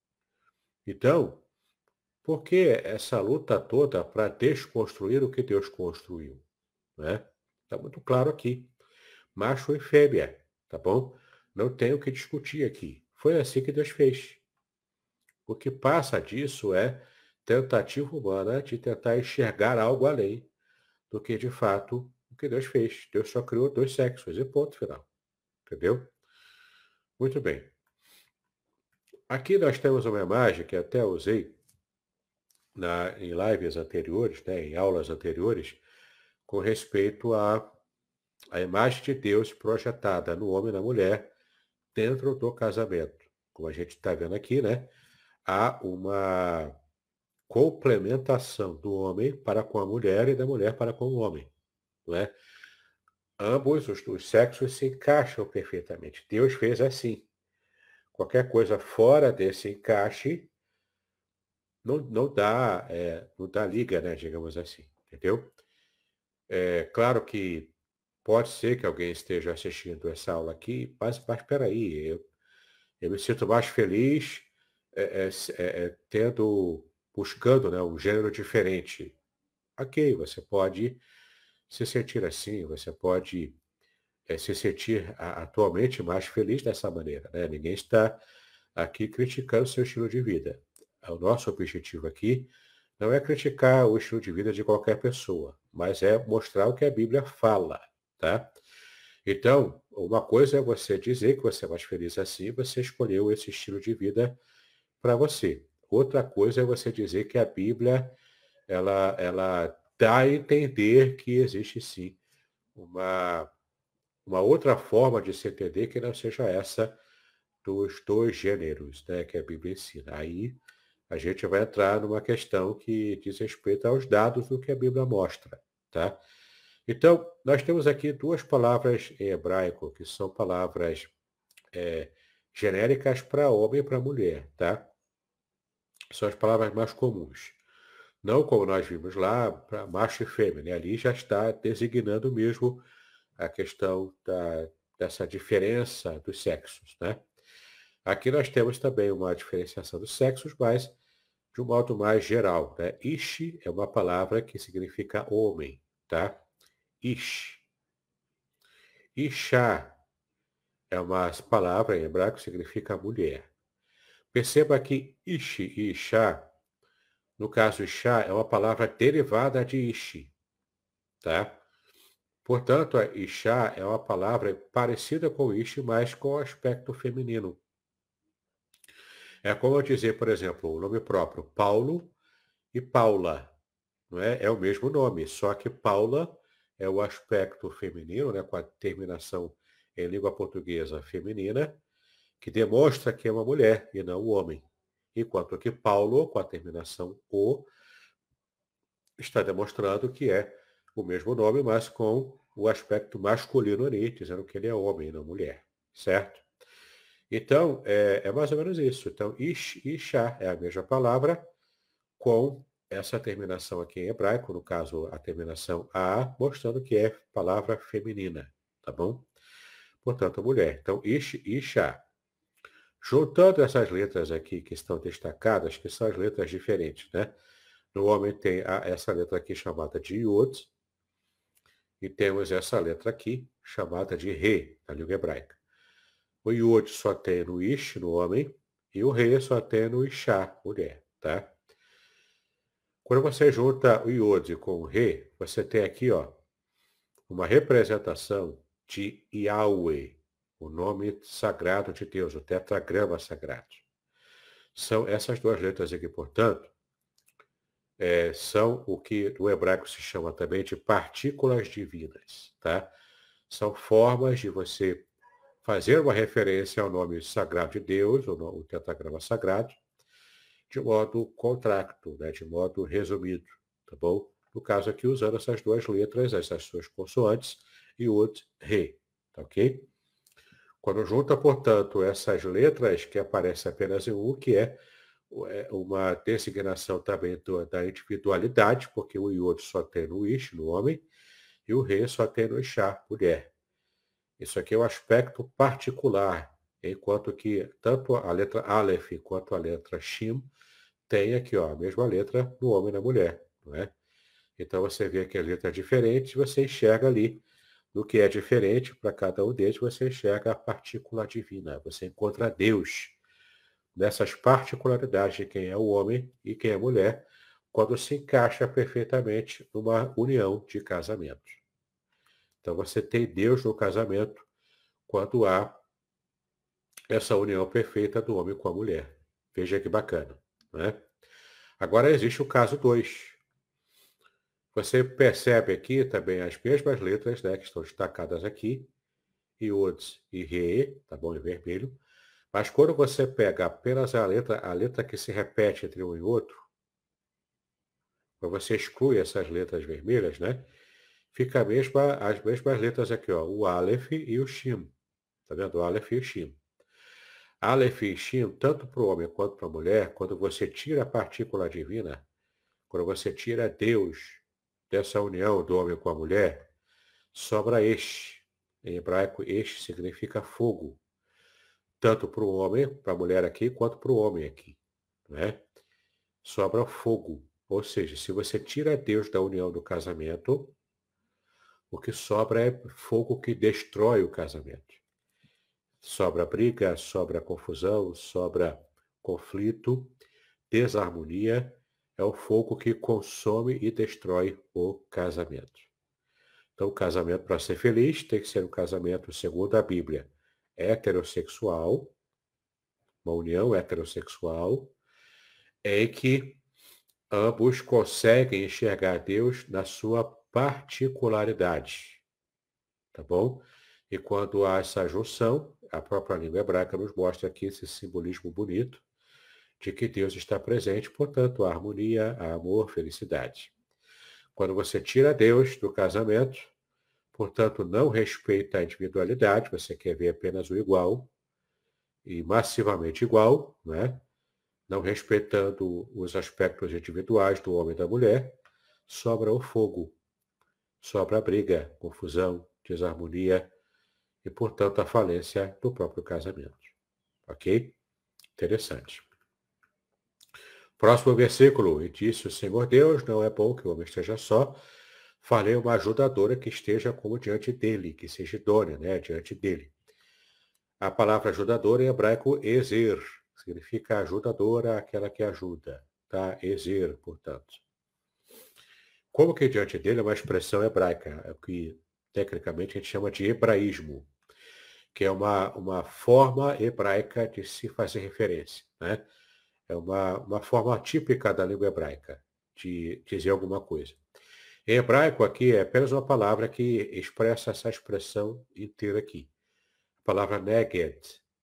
Então, por que essa luta toda para desconstruir o que Deus construiu? Né? Está muito claro aqui. Macho e fêmea, tá bom? Não tem o que discutir aqui. Foi assim que Deus fez. O que passa disso é tentativa humana de tentar enxergar algo além do que, de fato, o que Deus fez. Deus só criou dois sexos e ponto final. Entendeu? Muito bem. Aqui nós temos uma imagem que até usei em lives anteriores, né, em aulas anteriores, com respeito à imagem de Deus projetada no homem e na mulher dentro do casamento. Como a gente está vendo aqui, né, há uma complementação do homem para com a mulher e da mulher para com o homem. Não é? Ambos os sexos se encaixam perfeitamente. Deus fez assim. Qualquer coisa fora desse encaixe não dá liga, né, digamos assim. Entendeu? É claro que pode ser que alguém esteja assistindo essa aula aqui, mas espera aí, eu me sinto mais feliz buscando, né, um gênero diferente. Ok, você pode se sentir assim, você pode se sentir atualmente mais feliz dessa maneira, né? Ninguém está aqui criticando o seu estilo de vida. O nosso objetivo aqui não é criticar o estilo de vida de qualquer pessoa, mas é mostrar o que a Bíblia fala, tá? Então, uma coisa é você dizer que você é mais feliz assim, você escolheu esse estilo de vida para você. Outra coisa é você dizer que a Bíblia, ela dá a entender que existe sim uma, uma outra forma de se entender que não seja essa dos dois gêneros, né, que a Bíblia ensina. Aí a gente vai entrar numa questão que diz respeito aos dados do que a Bíblia mostra, tá? Então, nós temos aqui duas palavras em hebraico, que são palavras genéricas para homem e para mulher, tá? São as palavras mais comuns. Não como nós vimos lá, para macho e fêmea, né? Ali já está designando mesmo a questão dessa diferença dos sexos, né? Aqui nós temos também uma diferenciação dos sexos, mas de um modo mais geral, né? Ish é uma palavra que significa homem, tá? Ish. Isha é uma palavra em hebraico que significa mulher. Perceba que Ish e Isha, no caso Isha, é uma palavra derivada de Ish, tá? Portanto, a Isha é uma palavra parecida com Ish, mas com aspecto feminino. É como eu dizer, por exemplo, o nome próprio, Paulo e Paula, não é? É o mesmo nome, só que Paula é o aspecto feminino, né, com a terminação em língua portuguesa feminina, que demonstra que é uma mulher e não um homem. Enquanto que Paulo, com a terminação o, está demonstrando que é o mesmo nome, mas com o aspecto masculino ali, dizendo que ele é homem e não mulher, certo? Então, é mais ou menos isso. Então, ish e isha é a mesma palavra, com essa terminação aqui em hebraico, no caso, a terminação a, mostrando que é palavra feminina, tá bom? Portanto, mulher. Então, ish e isha. Juntando essas letras aqui que estão destacadas, que são as letras diferentes, né? No homem tem essa letra aqui chamada de Yod, e temos essa letra aqui chamada de Re, na língua hebraica. O Yod só tem no Ish, no homem, e o Re só tem no Isha, mulher, tá? Quando você junta o Yod com o Re, você tem aqui, ó, uma representação de Yahweh, o nome sagrado de Deus, o tetragrama sagrado. São essas duas letras aqui, portanto, são o que no hebraico se chama também de partículas divinas, tá? São formas de você fazer uma referência ao nome sagrado de Deus, o tetragrama sagrado, de modo contracto, né? De modo resumido, tá bom? No caso aqui, usando essas duas letras, essas suas consoantes, Yud, Re, tá ok? Quando junta, portanto, essas letras que aparecem apenas em um, que é uma designação também da individualidade, porque o Yod só tem no Ish, no homem, e o Re só tem no Isha, mulher. Isso aqui é um aspecto particular, enquanto que tanto a letra Aleph quanto a letra Shin tem aqui, ó, a mesma letra no homem e na mulher, não é? Então você vê que a letra é diferente, você enxerga ali no que é diferente para cada um deles, você enxerga a partícula divina, você encontra Deus nessas particularidades de quem é o homem e quem é a mulher, quando se encaixa perfeitamente numa união de casamento. Então você tem Deus no casamento quando há essa união perfeita do homem com a mulher. Veja que bacana, né? Agora existe o caso 2. Você percebe aqui também as mesmas letras, né, que estão destacadas aqui, Yod e Re, tá bom, em vermelho. Mas quando você pega apenas a letra que se repete entre um e outro, quando você exclui essas letras vermelhas, né? Fica as mesmas letras aqui, ó, o Aleph e o Shin. Tá vendo? O Aleph e o Shin. Aleph e Shin, tanto para o homem quanto para a mulher, quando você tira a partícula divina, quando você tira Deus dessa união do homem com a mulher, sobra Esh. Em hebraico, Esh significa fogo. Tanto para o homem, para a mulher aqui, quanto para o homem aqui. Né? Sobra fogo. Ou seja, se você tira Deus da união do casamento, O que sobra é fogo que destrói o casamento. Sobra briga, sobra confusão, sobra conflito, desarmonia. É o fogo que consome e destrói o casamento. Então, o casamento, para ser feliz, tem que ser um casamento, segundo a Bíblia, heterossexual, uma união heterossexual, em que ambos conseguem enxergar Deus na sua particularidade, tá bom? E quando há essa junção, a própria língua hebraica nos mostra aqui esse simbolismo bonito de que Deus está presente, portanto, há harmonia, há amor, felicidade. Quando você tira Deus do casamento, portanto, não respeita a individualidade, você quer ver apenas o igual, e massivamente igual, né? Não respeitando os aspectos individuais do homem e da mulher, sobra o fogo, sobra a briga, confusão, desarmonia e, portanto, a falência do próprio casamento. Ok? Interessante. Próximo versículo. E disse o Senhor Deus, não é bom que o homem esteja só. Falei uma ajudadora que esteja como diante dele, que seja idônea, né? Diante dele. A palavra ajudadora em hebraico, ezer, significa ajudadora, aquela que ajuda, tá? Ezer, portanto. Como que diante dele é uma expressão hebraica, é o que tecnicamente a gente chama de hebraísmo, que é uma forma hebraica de se fazer referência, né? É uma forma típica da língua hebraica de dizer alguma coisa. Em hebraico aqui é apenas uma palavra que expressa essa expressão inteira aqui. A palavra neged.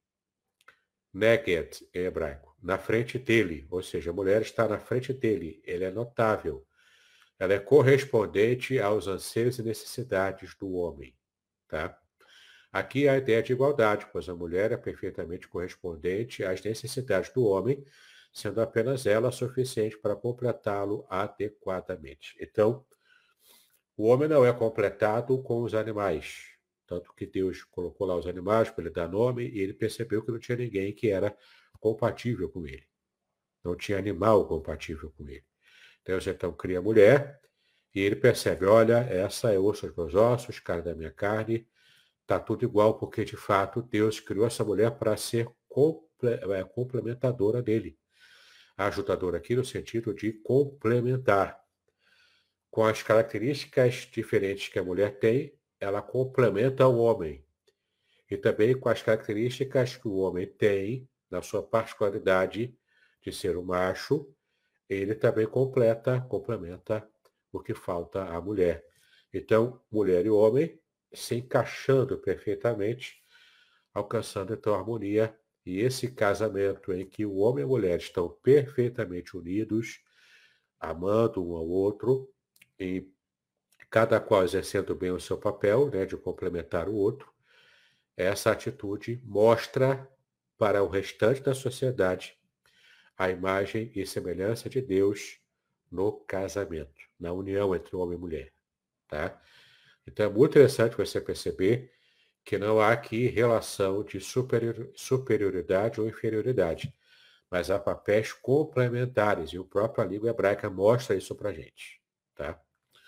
Neged em hebraico. Na frente dele, ou seja, a mulher está na frente dele. Ele é notável. Ela é correspondente aos anseios e necessidades do homem. Tá? Aqui há a ideia de igualdade, pois a mulher é perfeitamente correspondente às necessidades do homem, sendo apenas ela suficiente para completá-lo adequadamente. Então, o homem não é completado com os animais. Tanto que Deus colocou lá os animais para ele dar nome e ele percebeu que não tinha ninguém que era compatível com ele. Não tinha animal compatível com ele. Deus então cria a mulher e ele percebe, olha, essa é osso dos meus ossos, carne da minha carne, está tudo igual, porque de fato Deus criou essa mulher para ser complementadora dele. Ajudadora aqui no sentido de complementar. Com as características diferentes que a mulher tem, ela complementa o homem. E também com as características que o homem tem, na sua particularidade de ser um macho, ele também complementa o que falta à mulher. Então, mulher e homem se encaixando perfeitamente, alcançando então a harmonia. E esse casamento em que o homem e a mulher estão perfeitamente unidos, amando um ao outro, e cada qual exercendo bem o seu papel, né, de complementar o outro, essa atitude mostra para o restante da sociedade a imagem e semelhança de Deus no casamento, na união entre homem e mulher. Tá? Então é muito interessante você perceber que não há aqui relação de superioridade ou inferioridade, mas há papéis complementares, e o próprio língua hebraica mostra isso para a gente. Tá?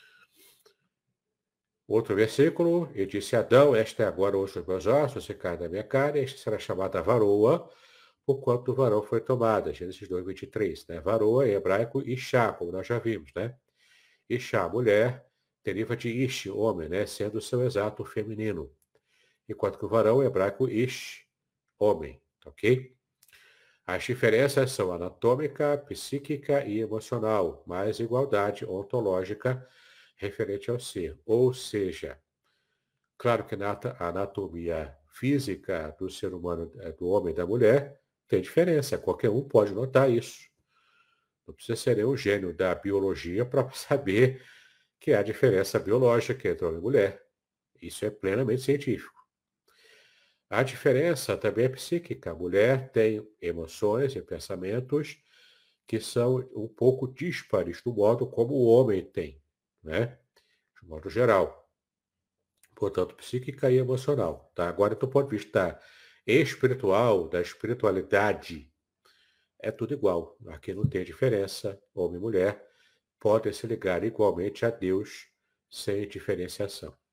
Outro versículo, e disse Adão, esta é agora o osso dos meus ossos e carne da minha carne, esta será chamada varoa, porquanto do varão foi tomada. Gênesis 2, 23. Né? Varoa em hebraico, Ishá, como nós já vimos. Né? Ishá, mulher, deriva de Ish, homem, né? Sendo o seu exato feminino. Enquanto que o varão em hebraico, Ish, homem. Ok? As diferenças são anatômica, psíquica e emocional, mais igualdade ontológica referente ao ser. Ou seja, claro que na anatomia física do ser humano, do homem e da mulher, tem diferença. Qualquer um pode notar isso. Não precisa ser um gênio da biologia para saber que há diferença biológica entre homem e mulher. Isso é plenamente científico. A diferença também é psíquica. A mulher tem emoções e pensamentos que são um pouco díspares do modo como o homem tem, né? De modo geral. Portanto, psíquica e emocional. Tá? Agora, do ponto de vista espiritual, da espiritualidade, é tudo igual. Aqui não tem diferença. Homem e mulher podem se ligar igualmente a Deus sem diferenciação.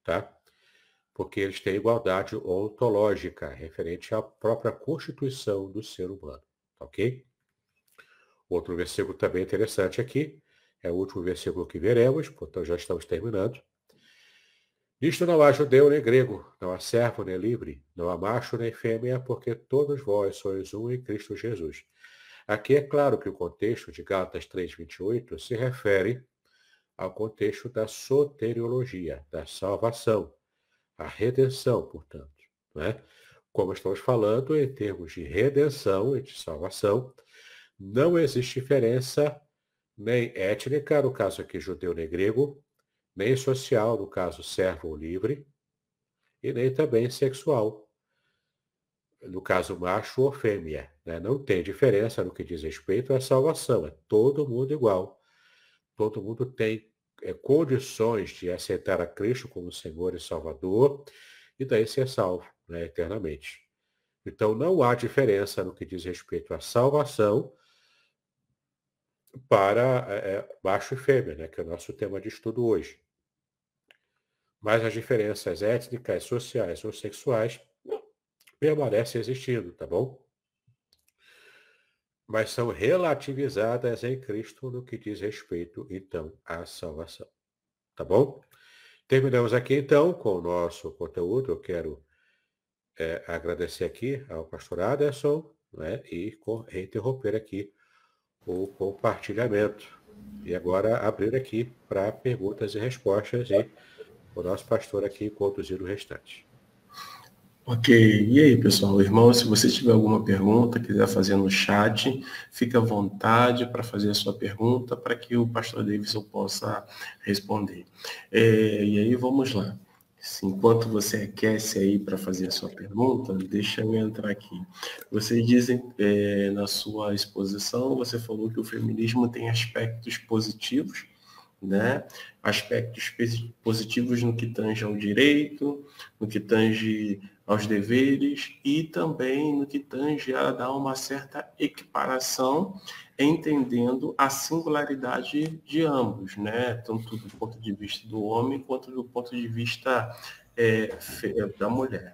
tá? Porque eles têm igualdade ontológica, referente à própria constituição do ser humano, tá ok? Outro versículo também interessante aqui, é o último versículo que veremos, portanto já estamos terminando. Nisto não há judeu nem grego, não há servo nem livre, não há macho nem fêmea, porque todos vós sois um em Cristo Jesus. Aqui é claro que o contexto de Gálatas 3:28 se refere ao contexto da soteriologia, da salvação, a redenção, portanto. Né? Como estamos falando, em termos de redenção e de salvação, não existe diferença nem étnica, no caso aqui judeu nem grego, nem social, no caso servo ou livre, e nem também sexual, no caso macho ou fêmea. Né? Não tem diferença no que diz respeito à salvação, é todo mundo igual. Todo mundo tem condições de aceitar a Cristo como Senhor e Salvador, e daí ser salvo, né, eternamente. Então não há diferença no que diz respeito à salvação para macho e fêmea, né, que é o nosso tema de estudo hoje. Mas as diferenças étnicas, sociais ou sexuais permanecem existindo, tá bom? Mas são relativizadas em Cristo no que diz respeito, então, à salvação. Tá bom? Terminamos aqui, então, com o nosso conteúdo. Eu quero agradecer aqui ao pastor Aderson, né, e interromper aqui o compartilhamento. E agora abrir aqui para perguntas e respostas e o nosso pastor aqui conduzir o restante. Ok, e aí pessoal, irmão, se você tiver alguma pergunta, quiser fazer no chat, fica à vontade para fazer a sua pergunta, para que o pastor Davidson possa responder. E aí vamos lá. Enquanto você aquece aí para fazer a sua pergunta, deixa eu entrar aqui. Vocês dizem, na sua exposição, você falou que o feminismo tem aspectos positivos, né? Aspectos positivos no que tange ao direito, no que tange aos deveres e também no que tange a dar uma certa equiparação, entendendo a singularidade de ambos, né? Tanto do ponto de vista do homem quanto do ponto de vista da mulher.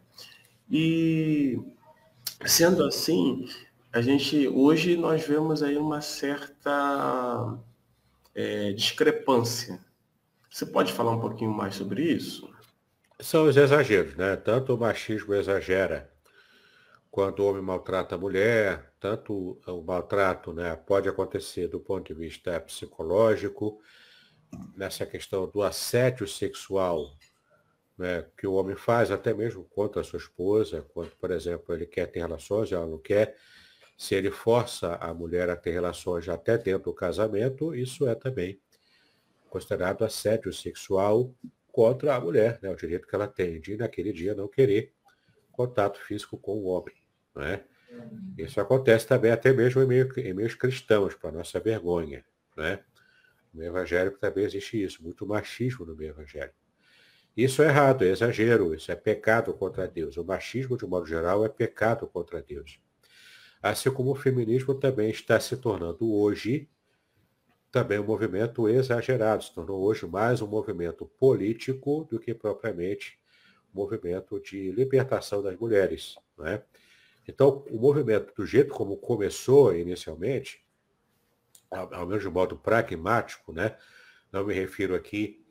E sendo assim, hoje nós vemos aí uma certa discrepância. Você pode falar um pouquinho mais sobre isso? São os exageros, né? Tanto o machismo exagera quando o homem maltrata a mulher, tanto o maltrato, né, pode acontecer do ponto de vista psicológico, nessa questão do assédio sexual, né, que o homem faz até mesmo contra a sua esposa, quando, por exemplo, ele quer ter relações e ela não quer, se ele força a mulher a ter relações até dentro do casamento, isso é também considerado assédio sexual contra a mulher, né, o direito que ela tem de, naquele dia, não querer contato físico com o homem. Né? Isso acontece também até mesmo em meios cristãos, para nossa vergonha. Né? No meio evangélico também existe isso, muito machismo no meio evangélico. Isso é errado, é exagero, isso é pecado contra Deus. O machismo, de modo geral, é pecado contra Deus. Assim como o feminismo também está se tornando hoje também um movimento exagerado, se tornou hoje mais um movimento político do que propriamente um movimento de libertação das mulheres. Né? Então, o movimento, do jeito como começou inicialmente, ao menos de modo pragmático, né? Não me refiro aqui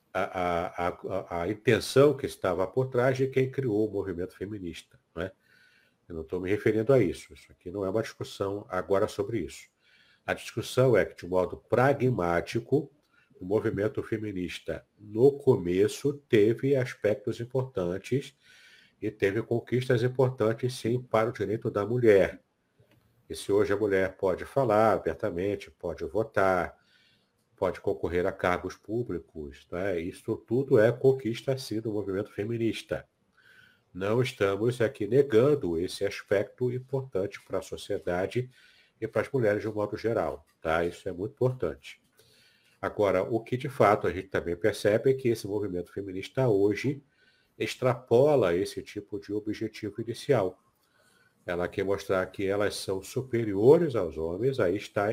à intenção que estava por trás de quem criou o movimento feminista. Né? Eu não estou me referindo a isso. Isso aqui não é uma discussão agora sobre isso. A discussão é que, de modo pragmático, o movimento feminista, no começo, teve aspectos importantes e teve conquistas importantes, sim, para o direito da mulher. E se hoje a mulher pode falar abertamente, pode votar, pode concorrer a cargos públicos, né? Isso tudo é conquista, sim, do movimento feminista. Não estamos aqui negando esse aspecto importante para a sociedade e para as mulheres de um modo geral. Tá? Isso é muito importante. Agora, o que de fato a gente também percebe é que esse movimento feminista hoje extrapola esse tipo de objetivo inicial. Ela quer mostrar que elas são superiores aos homens, aí está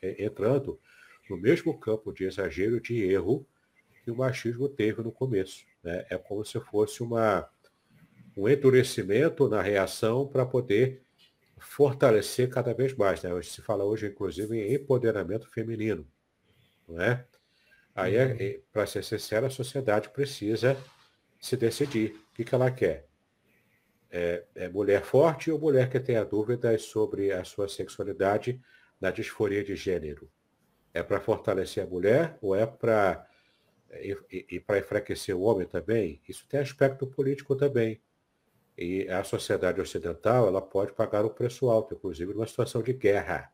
entrando no mesmo campo de exagero e de erro que o machismo teve no começo. né? É como se fosse um endurecimento na reação para poder fortalecer cada vez mais, né? Se fala hoje, inclusive, em empoderamento feminino, não é? Aí, para ser sincero, a sociedade precisa se decidir o que ela quer. É mulher forte ou mulher que tenha dúvidas sobre a sua sexualidade na disforia de gênero? É para fortalecer a mulher ou é para para enfraquecer o homem também? Isso tem aspecto político também. E a sociedade ocidental ela pode pagar um preço alto, inclusive numa situação de guerra,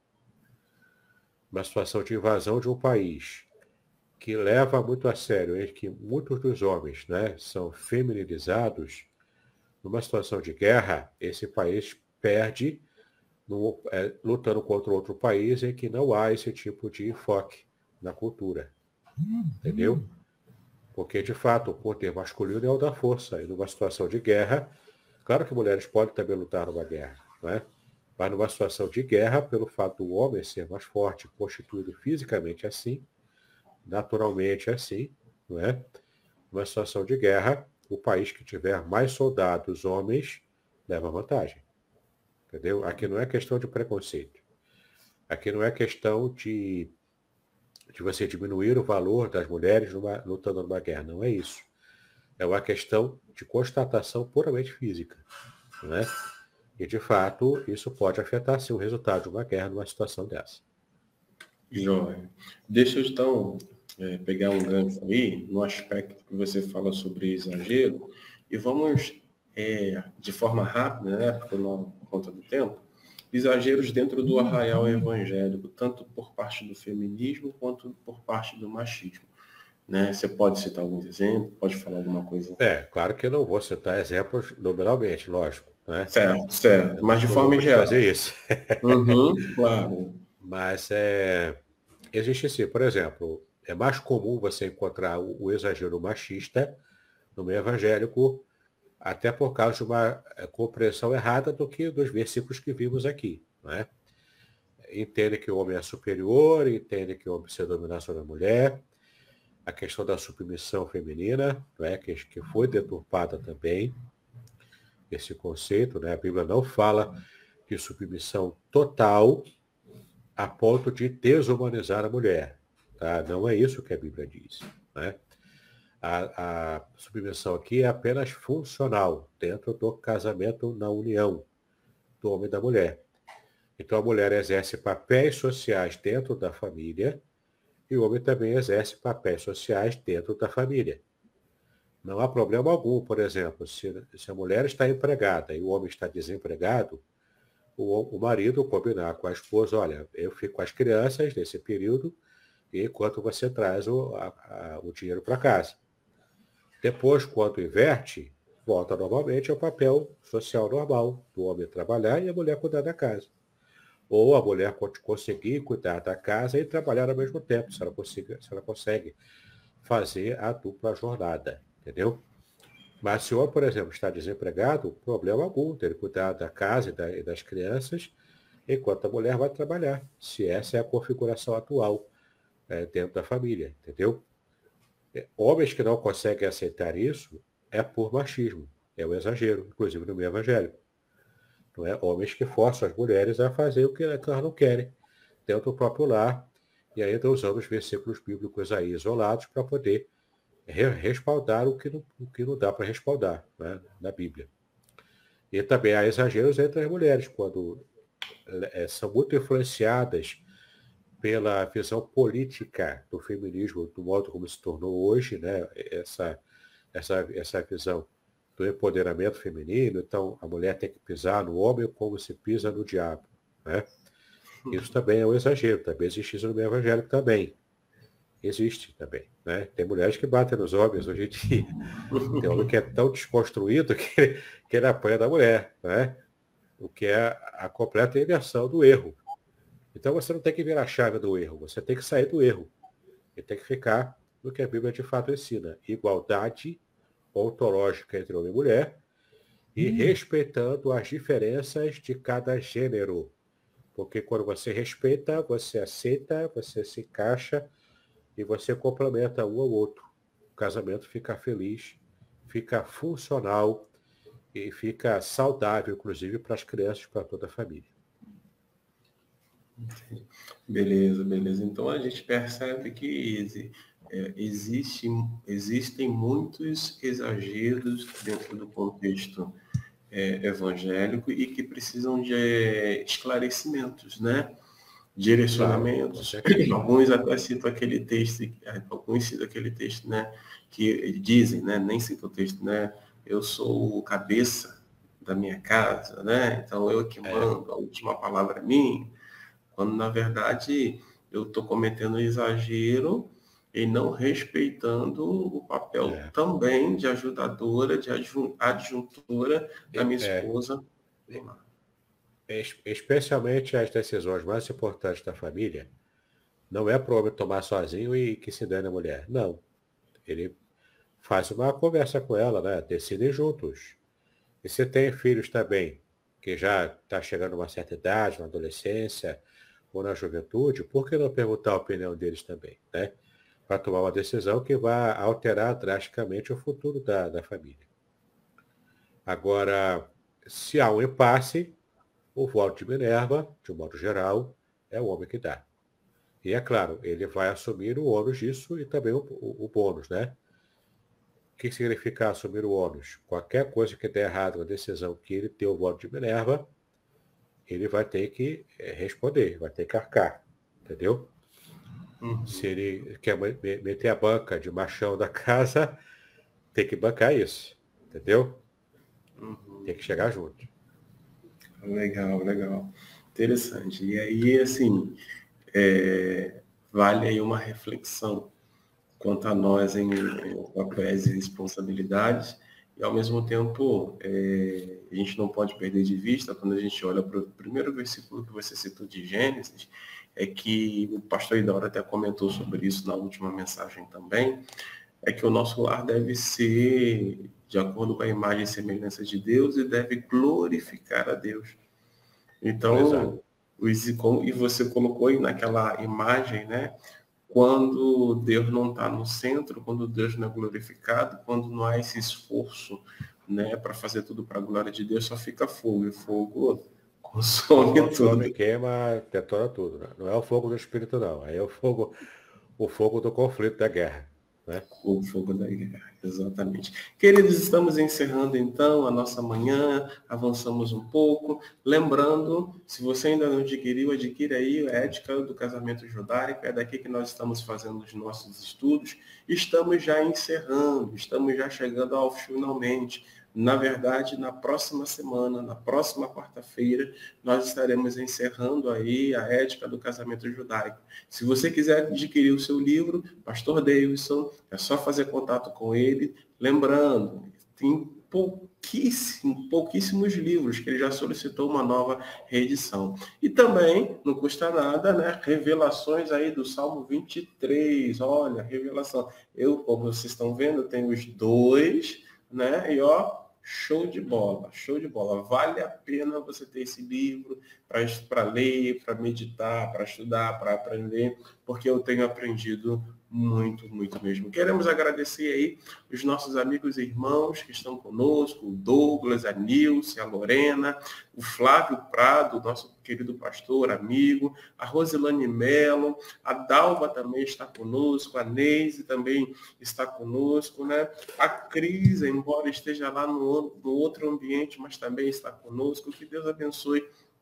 uma situação de invasão de um país, que leva muito a sério, em que muitos dos homens, né, são feminilizados. Numa situação de guerra, esse país perde lutando contra outro país em que não há esse tipo de enfoque na cultura. Entendeu? Porque, de fato, o poder masculino é o da força. E numa situação de guerra, claro que mulheres podem também lutar numa guerra, não é? Mas numa situação de guerra, pelo fato do homem ser mais forte, constituído fisicamente assim, naturalmente assim, não é? Numa situação de guerra, o país que tiver mais soldados homens leva vantagem. Entendeu? Aqui não é questão de preconceito. Aqui não é questão de você diminuir o valor das mulheres lutando numa guerra. Não é isso. É uma questão de constatação puramente física. Né? E, de fato, isso pode afetar sim, o resultado de uma guerra numa situação dessa. Joia. Deixa eu, então, pegar um gancho aí, no aspecto que você fala sobre exagero, e vamos, de forma rápida, né, por conta do tempo, exageros dentro do arraial evangélico, tanto por parte do feminismo quanto por parte do machismo. Né? Você pode citar alguns exemplos? Pode falar alguma coisa? Claro que eu não vou citar exemplos numeralmente, lógico. Né? Certo, certo. Mas de forma geral. Fazer isso. Claro. Mas existe sim, por exemplo, é mais comum você encontrar o exagero machista no meio evangélico, até por causa de uma compreensão errada do que dos versículos que vimos aqui. Não é? Entende que o homem é superior, entende que o homem precisa dominar sobre a mulher, a questão da submissão feminina, não é? que foi deturpada também, esse conceito, né? A Bíblia não fala de submissão total a ponto de desumanizar a mulher. Tá? Não é isso que a Bíblia diz. Né? A submissão aqui é apenas funcional, dentro do casamento na união do homem e da mulher. Então a mulher exerce papéis sociais dentro da família e o homem também exerce papéis sociais dentro da família. Não há problema algum, por exemplo, se a mulher está empregada e o homem está desempregado, o marido combinar com a esposa, olha, eu fico com as crianças nesse período, enquanto você traz o dinheiro para casa. Depois, quando inverte, volta normalmente ao papel social normal, do homem trabalhar e a mulher cuidar da casa. Ou a mulher conseguir cuidar da casa e trabalhar ao mesmo tempo, se ela consegue fazer a dupla jornada, entendeu? Mas se o homem, por exemplo, está desempregado, problema algum, ter que cuidar da casa e das crianças, enquanto a mulher vai trabalhar, se essa é a configuração atual dentro da família, entendeu? Homens que não conseguem aceitar isso é por machismo, é o exagero, inclusive no meio evangélico. Não é? Homens que forçam as mulheres a fazer o que elas não querem, dentro do próprio lar, e ainda usando os versículos bíblicos aí isolados para poder respaldar o que não dá para respaldar, né, na Bíblia. E também há exageros entre as mulheres, quando são muito influenciadas pela visão política do feminismo, do modo como se tornou hoje, né, essa visão do empoderamento feminino. Então, a mulher tem que pisar no homem como se pisa no diabo. Né? Isso também é um exagero, também existe isso no meio evangélico também. Existe também. Né? Tem mulheres que batem nos homens hoje em dia. Tem homem que é tão desconstruído que ele apanha da mulher. Né? O que é a completa inversão do erro. Então você não tem que virar a chave do erro, você tem que sair do erro. E tem que ficar no que a Bíblia de fato ensina. Igualdade ontológica entre homem e mulher e respeitando as diferenças de cada gênero. Porque quando você respeita, você aceita, você se encaixa e você complementa um ao outro. O casamento fica feliz fica funcional e fica saudável, inclusive, para as crianças, para toda a família. Beleza, beleza. Então a gente percebe que existem muitos exageros dentro do contexto evangélico e que precisam de esclarecimentos, né? Direcionamentos. Claro, Alguns até citam aquele texto, né? Que dizem, né? Nem citam o texto, né? Eu sou o cabeça da minha casa, né? Então eu que mando, a última palavra é minha. Quando, na verdade, eu estou cometendo um exagero e não respeitando o papel também de ajudadora, de adjuntora da minha esposa. Especialmente as decisões mais importantes da família, não é para o homem tomar sozinho e que se dane a mulher. Não. Ele faz uma conversa com ela, né? Decidem juntos. E se tem filhos também, que já está chegando a uma certa idade, na adolescência ou na juventude, por que não perguntar a opinião deles também, né? Para tomar uma decisão que vai alterar drasticamente o futuro da família. Agora, se há um impasse, o voto de Minerva, de um modo geral, é o homem que dá. E é claro, ele vai assumir o ônus disso e também o bônus, né? O que significa assumir o ônus? Qualquer coisa que der errado na decisão que ele tem o voto de Minerva, ele vai ter que responder, vai ter que arcar, entendeu? Se ele quer meter a banca de machão da casa, tem que bancar isso, entendeu? Tem que chegar junto. Legal, legal. Interessante. E aí, assim, vale aí uma reflexão quanto a nós em papéis e responsabilidades. E, ao mesmo tempo, a gente não pode perder de vista, quando a gente olha para o primeiro versículo que você citou de Gênesis, é que o pastor Idaura até comentou sobre isso na última mensagem também, é que o nosso lar deve ser de acordo com a imagem e semelhança de Deus e deve glorificar a Deus. Então, e você colocou aí naquela imagem, né? Quando Deus não está no centro, quando Deus não é glorificado, quando não há esse esforço, né, para fazer tudo para a glória de Deus, só fica fogo, e fogo consome tudo. Queima, detona tudo, né? Não é o fogo do espírito, não. Aí é o fogo do conflito, da guerra, né? O fogo da guerra, exatamente. Queridos, estamos encerrando então a nossa manhã, avançamos um pouco. Lembrando, se você ainda não adquiriu, adquira aí a Ética do Casamento Judaico, é daqui que nós estamos fazendo os nossos estudos. Estamos já encerrando, estamos já chegando ao finalmente. Na verdade, na próxima semana, na próxima quarta-feira, nós estaremos encerrando aí a Ética do Casamento Judaico. Se você quiser adquirir o seu livro, Pastor Davidson, é só fazer contato com ele. Lembrando, tem pouquíssimos livros, que ele já solicitou uma nova reedição. E também, não custa nada, né? Revelações aí do Salmo 23. Olha, revelação. Como vocês estão vendo, eu tenho os dois, né? E show de bola, show de bola. Vale a pena você ter esse livro para ler, para meditar, para estudar, para aprender, porque eu tenho aprendido muito, muito mesmo. Queremos agradecer aí os nossos amigos e irmãos que estão conosco, o Douglas, a Nilce, a Lorena, o Flávio Prado, nosso querido pastor, amigo, a Rosilane Mello, a Dalva também está conosco, a Neise também está conosco, né? A Cris, embora esteja lá no outro ambiente, mas também está conosco. Que Deus abençoe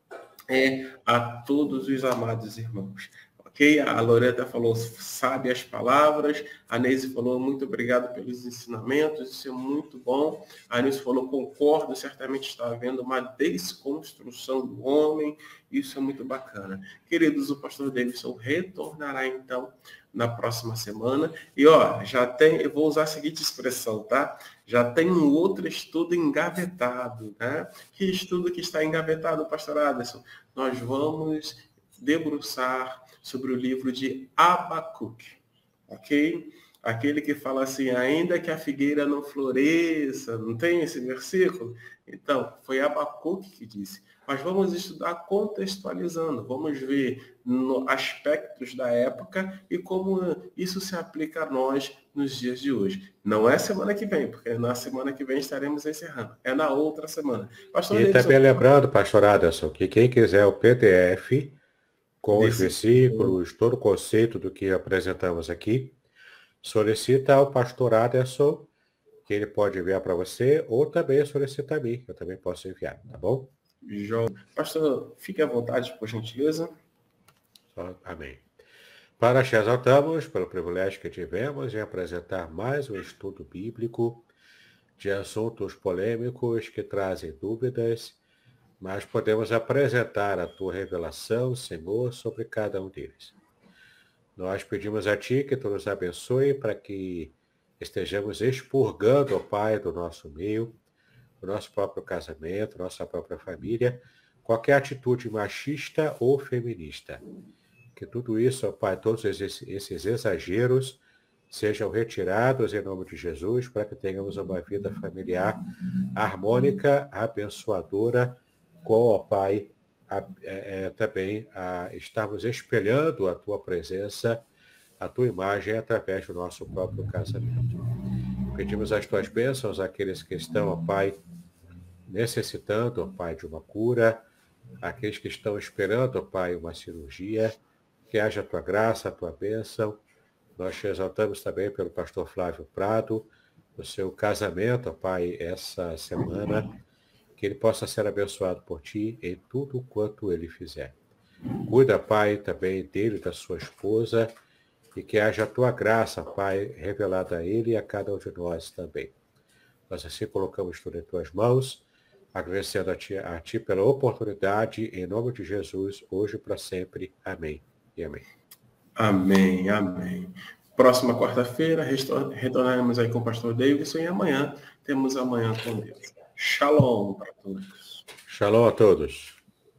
a todos os amados irmãos. Ok? A Loreta falou, sabe as palavras. A Neise falou, muito obrigado pelos ensinamentos, isso é muito bom. A Nilce falou, concordo, certamente está havendo uma desconstrução do homem, isso é muito bacana. Queridos, o pastor Davidson retornará então na próxima semana. E eu vou usar a seguinte expressão, tá? Já tem um outro estudo engavetado, né? Que estudo que está engavetado, pastor Aderson? Nós vamos debruçar sobre o livro de Abacuque, ok? Aquele que fala assim, ainda que a figueira não floresça, não tem esse versículo? Então, foi Abacuque que disse. Mas vamos estudar contextualizando, vamos ver aspectos da época e como isso se aplica a nós nos dias de hoje. Não é semana que vem, porque na semana que vem estaremos encerrando. É na outra semana. Pastor e também lembrando, pastor Aderson, que quem quiser o PDF com os versículos, todo o conceito do que apresentamos aqui, solicita ao pastor Aderson, que ele pode enviar para você, ou também solicita a mim, que eu também posso enviar, tá bom? João. Pastor, fique à vontade, por gentileza. Amém. Para te exaltamos pelo privilégio que tivemos em apresentar mais um estudo bíblico de assuntos polêmicos que trazem dúvidas, mas podemos apresentar a tua revelação, Senhor, sobre cada um deles. Nós pedimos a Ti que Tu nos abençoe para que estejamos expurgando, ó Pai, do nosso meio, do nosso próprio casamento, nossa própria família, qualquer atitude machista ou feminista. Que tudo isso, ó Pai, todos esses exageros sejam retirados em nome de Jesus, para que tenhamos uma vida familiar harmônica, abençoadora, com, ó Pai, também estarmos espelhando a Tua presença, a Tua imagem, através do nosso próprio casamento. Pedimos as Tuas bênçãos àqueles que estão, ó Pai, necessitando, ó Pai, de uma cura, aqueles que estão esperando, ó Pai, uma cirurgia, que haja a Tua graça, a Tua bênção. Nós te exaltamos também pelo pastor Flávio Prado, o seu casamento, ó Pai, essa semana, que ele possa ser abençoado por Ti em tudo quanto ele fizer. Cuida, Pai, também dele e da sua esposa, e que haja a Tua graça, Pai, revelada a ele e a cada um de nós também. Nós assim colocamos tudo em Tuas mãos, agradecendo a Ti pela oportunidade, em nome de Jesus, hoje e para sempre. Amém e amém. Amém, amém. Próxima quarta-feira, retornaremos aí com o pastor Davidson e amanhã temos Amanhã com Deus. Shalom para todos. Shalom a todos.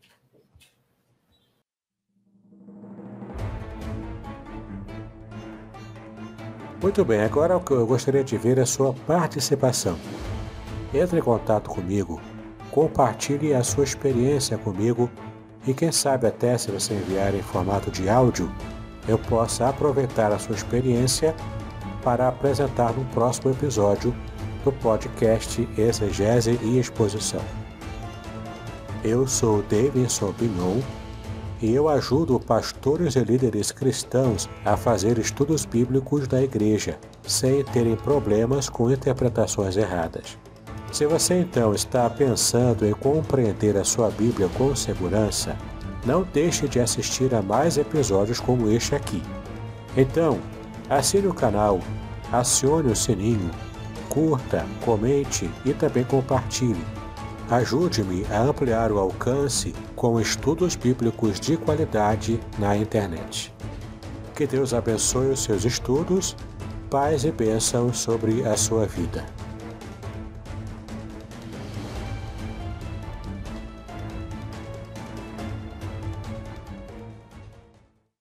Muito bem, agora o que eu gostaria de ver é a sua participação. Entre em contato comigo, compartilhe a sua experiência comigo e quem sabe até se você enviar em formato de áudio, eu possa aproveitar a sua experiência para apresentar no próximo episódio do podcast Exegese e Exposição. Eu sou Davidson Bignon e eu ajudo pastores e líderes cristãos a fazer estudos bíblicos da igreja, sem terem problemas com interpretações erradas. Se você então está pensando em compreender a sua Bíblia com segurança, não deixe de assistir a mais episódios como este aqui. Então, assine o canal, acione o sininho, curta, comente e também compartilhe. Ajude-me a ampliar o alcance com estudos bíblicos de qualidade na internet. Que Deus abençoe os seus estudos, paz e bênçãos sobre a sua vida.